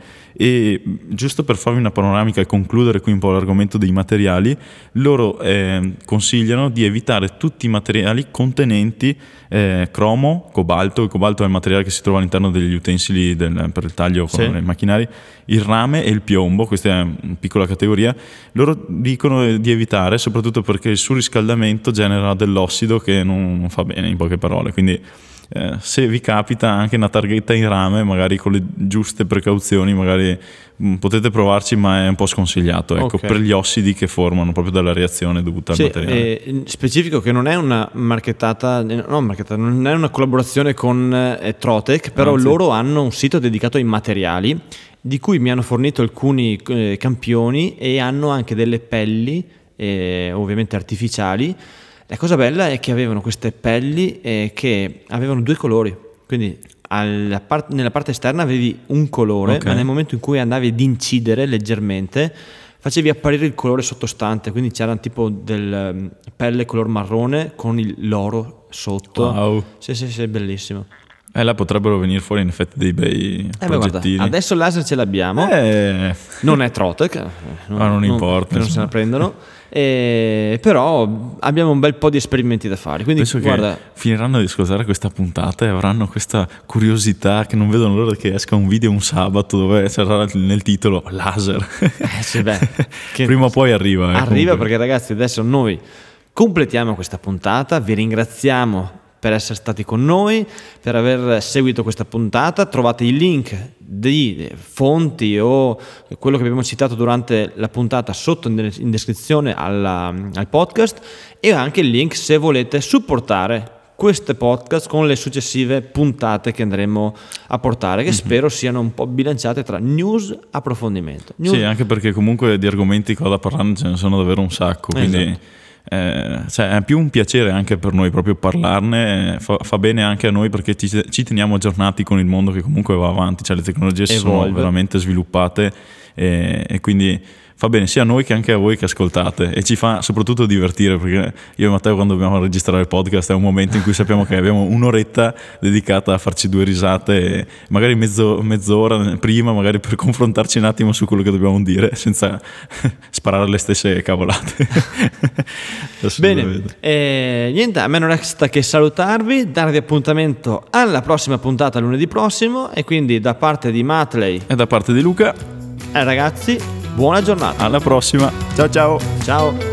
E giusto per farvi una panoramica e concludere qui un po' l'argomento dei materiali, loro eh, consigliano di evitare tutti i materiali contenenti eh, cromo, cobalto. Il cobalto è il materiale che si trova all'interno degli utensili del, per il taglio con sì. i macchinari, il rame e il piombo, questa è una piccola categoria. Loro dicono di evitare, soprattutto perché il surriscaldamento genera dell'ossido che non, non fa bene, in poche parole. Quindi Eh, se vi capita anche una targhetta in rame, magari con le giuste precauzioni, magari mh, potete provarci, ma è un po' sconsigliato, ecco, okay. per gli ossidi che formano proprio dalla reazione dovuta sì, al materiale. Eh, specifico che non è una marchettata, no, marchettata, non è una collaborazione con eh, Trotec, però Anzi. loro hanno un sito dedicato ai materiali, di cui mi hanno fornito alcuni eh, campioni, e hanno anche delle pelli, eh, ovviamente artificiali. La cosa bella è che avevano queste pelli eh, che avevano due colori, quindi alla part- nella parte esterna avevi un colore, okay. ma nel momento in cui andavi ad incidere leggermente facevi apparire il colore sottostante, quindi c'era tipo del um, pelle color marrone con il l'oro sotto. Wow. Sì, sì, sì, bellissimo. E là potrebbero venire fuori in effetti dei bei eh progettini. Guarda, adesso il laser ce l'abbiamo, eh. non è Trotec, non, ma non, non importa, non se la prendono. Eh, però abbiamo un bel po' di esperimenti da fare, quindi penso guarda, che finiranno di ascoltare questa puntata e avranno questa curiosità che non vedono l'ora che esca un video un sabato dove sarà nel titolo laser. Eh, sì, beh, che prima o poi arriva eh, arriva comunque. Perché ragazzi, adesso noi completiamo questa puntata, vi ringraziamo per essere stati con noi, per aver seguito questa puntata. Trovate i link di fonti o quello che abbiamo citato durante la puntata sotto in descrizione alla, al podcast, e anche il link se volete supportare queste podcast con le successive puntate che andremo a portare, che mm-hmm. spero siano un po' bilanciate tra news e approfondimento. News. Sì, anche perché comunque di argomenti che ho da parlare ce ne sono davvero un sacco, quindi esatto. Eh, cioè è più un piacere anche per noi proprio parlarne, fa, fa bene anche a noi perché ci, ci teniamo aggiornati con il mondo che comunque va avanti, cioè le tecnologie si sono veramente sviluppate e, e quindi fa bene sia a noi che anche a voi che ascoltate, e ci fa soprattutto divertire, perché io e Matteo, quando dobbiamo registrare il podcast, è un momento in cui sappiamo che abbiamo un'oretta dedicata a farci due risate, e magari mezzo, mezz'ora prima, magari per confrontarci un attimo su quello che dobbiamo dire senza sparare le stesse cavolate. Bene, eh, niente, a me non resta che salutarvi, darvi appuntamento alla prossima puntata lunedì prossimo, e quindi da parte di Matley e da parte di Luca, eh, ragazzi, buona giornata. Alla prossima. Ciao ciao. Ciao.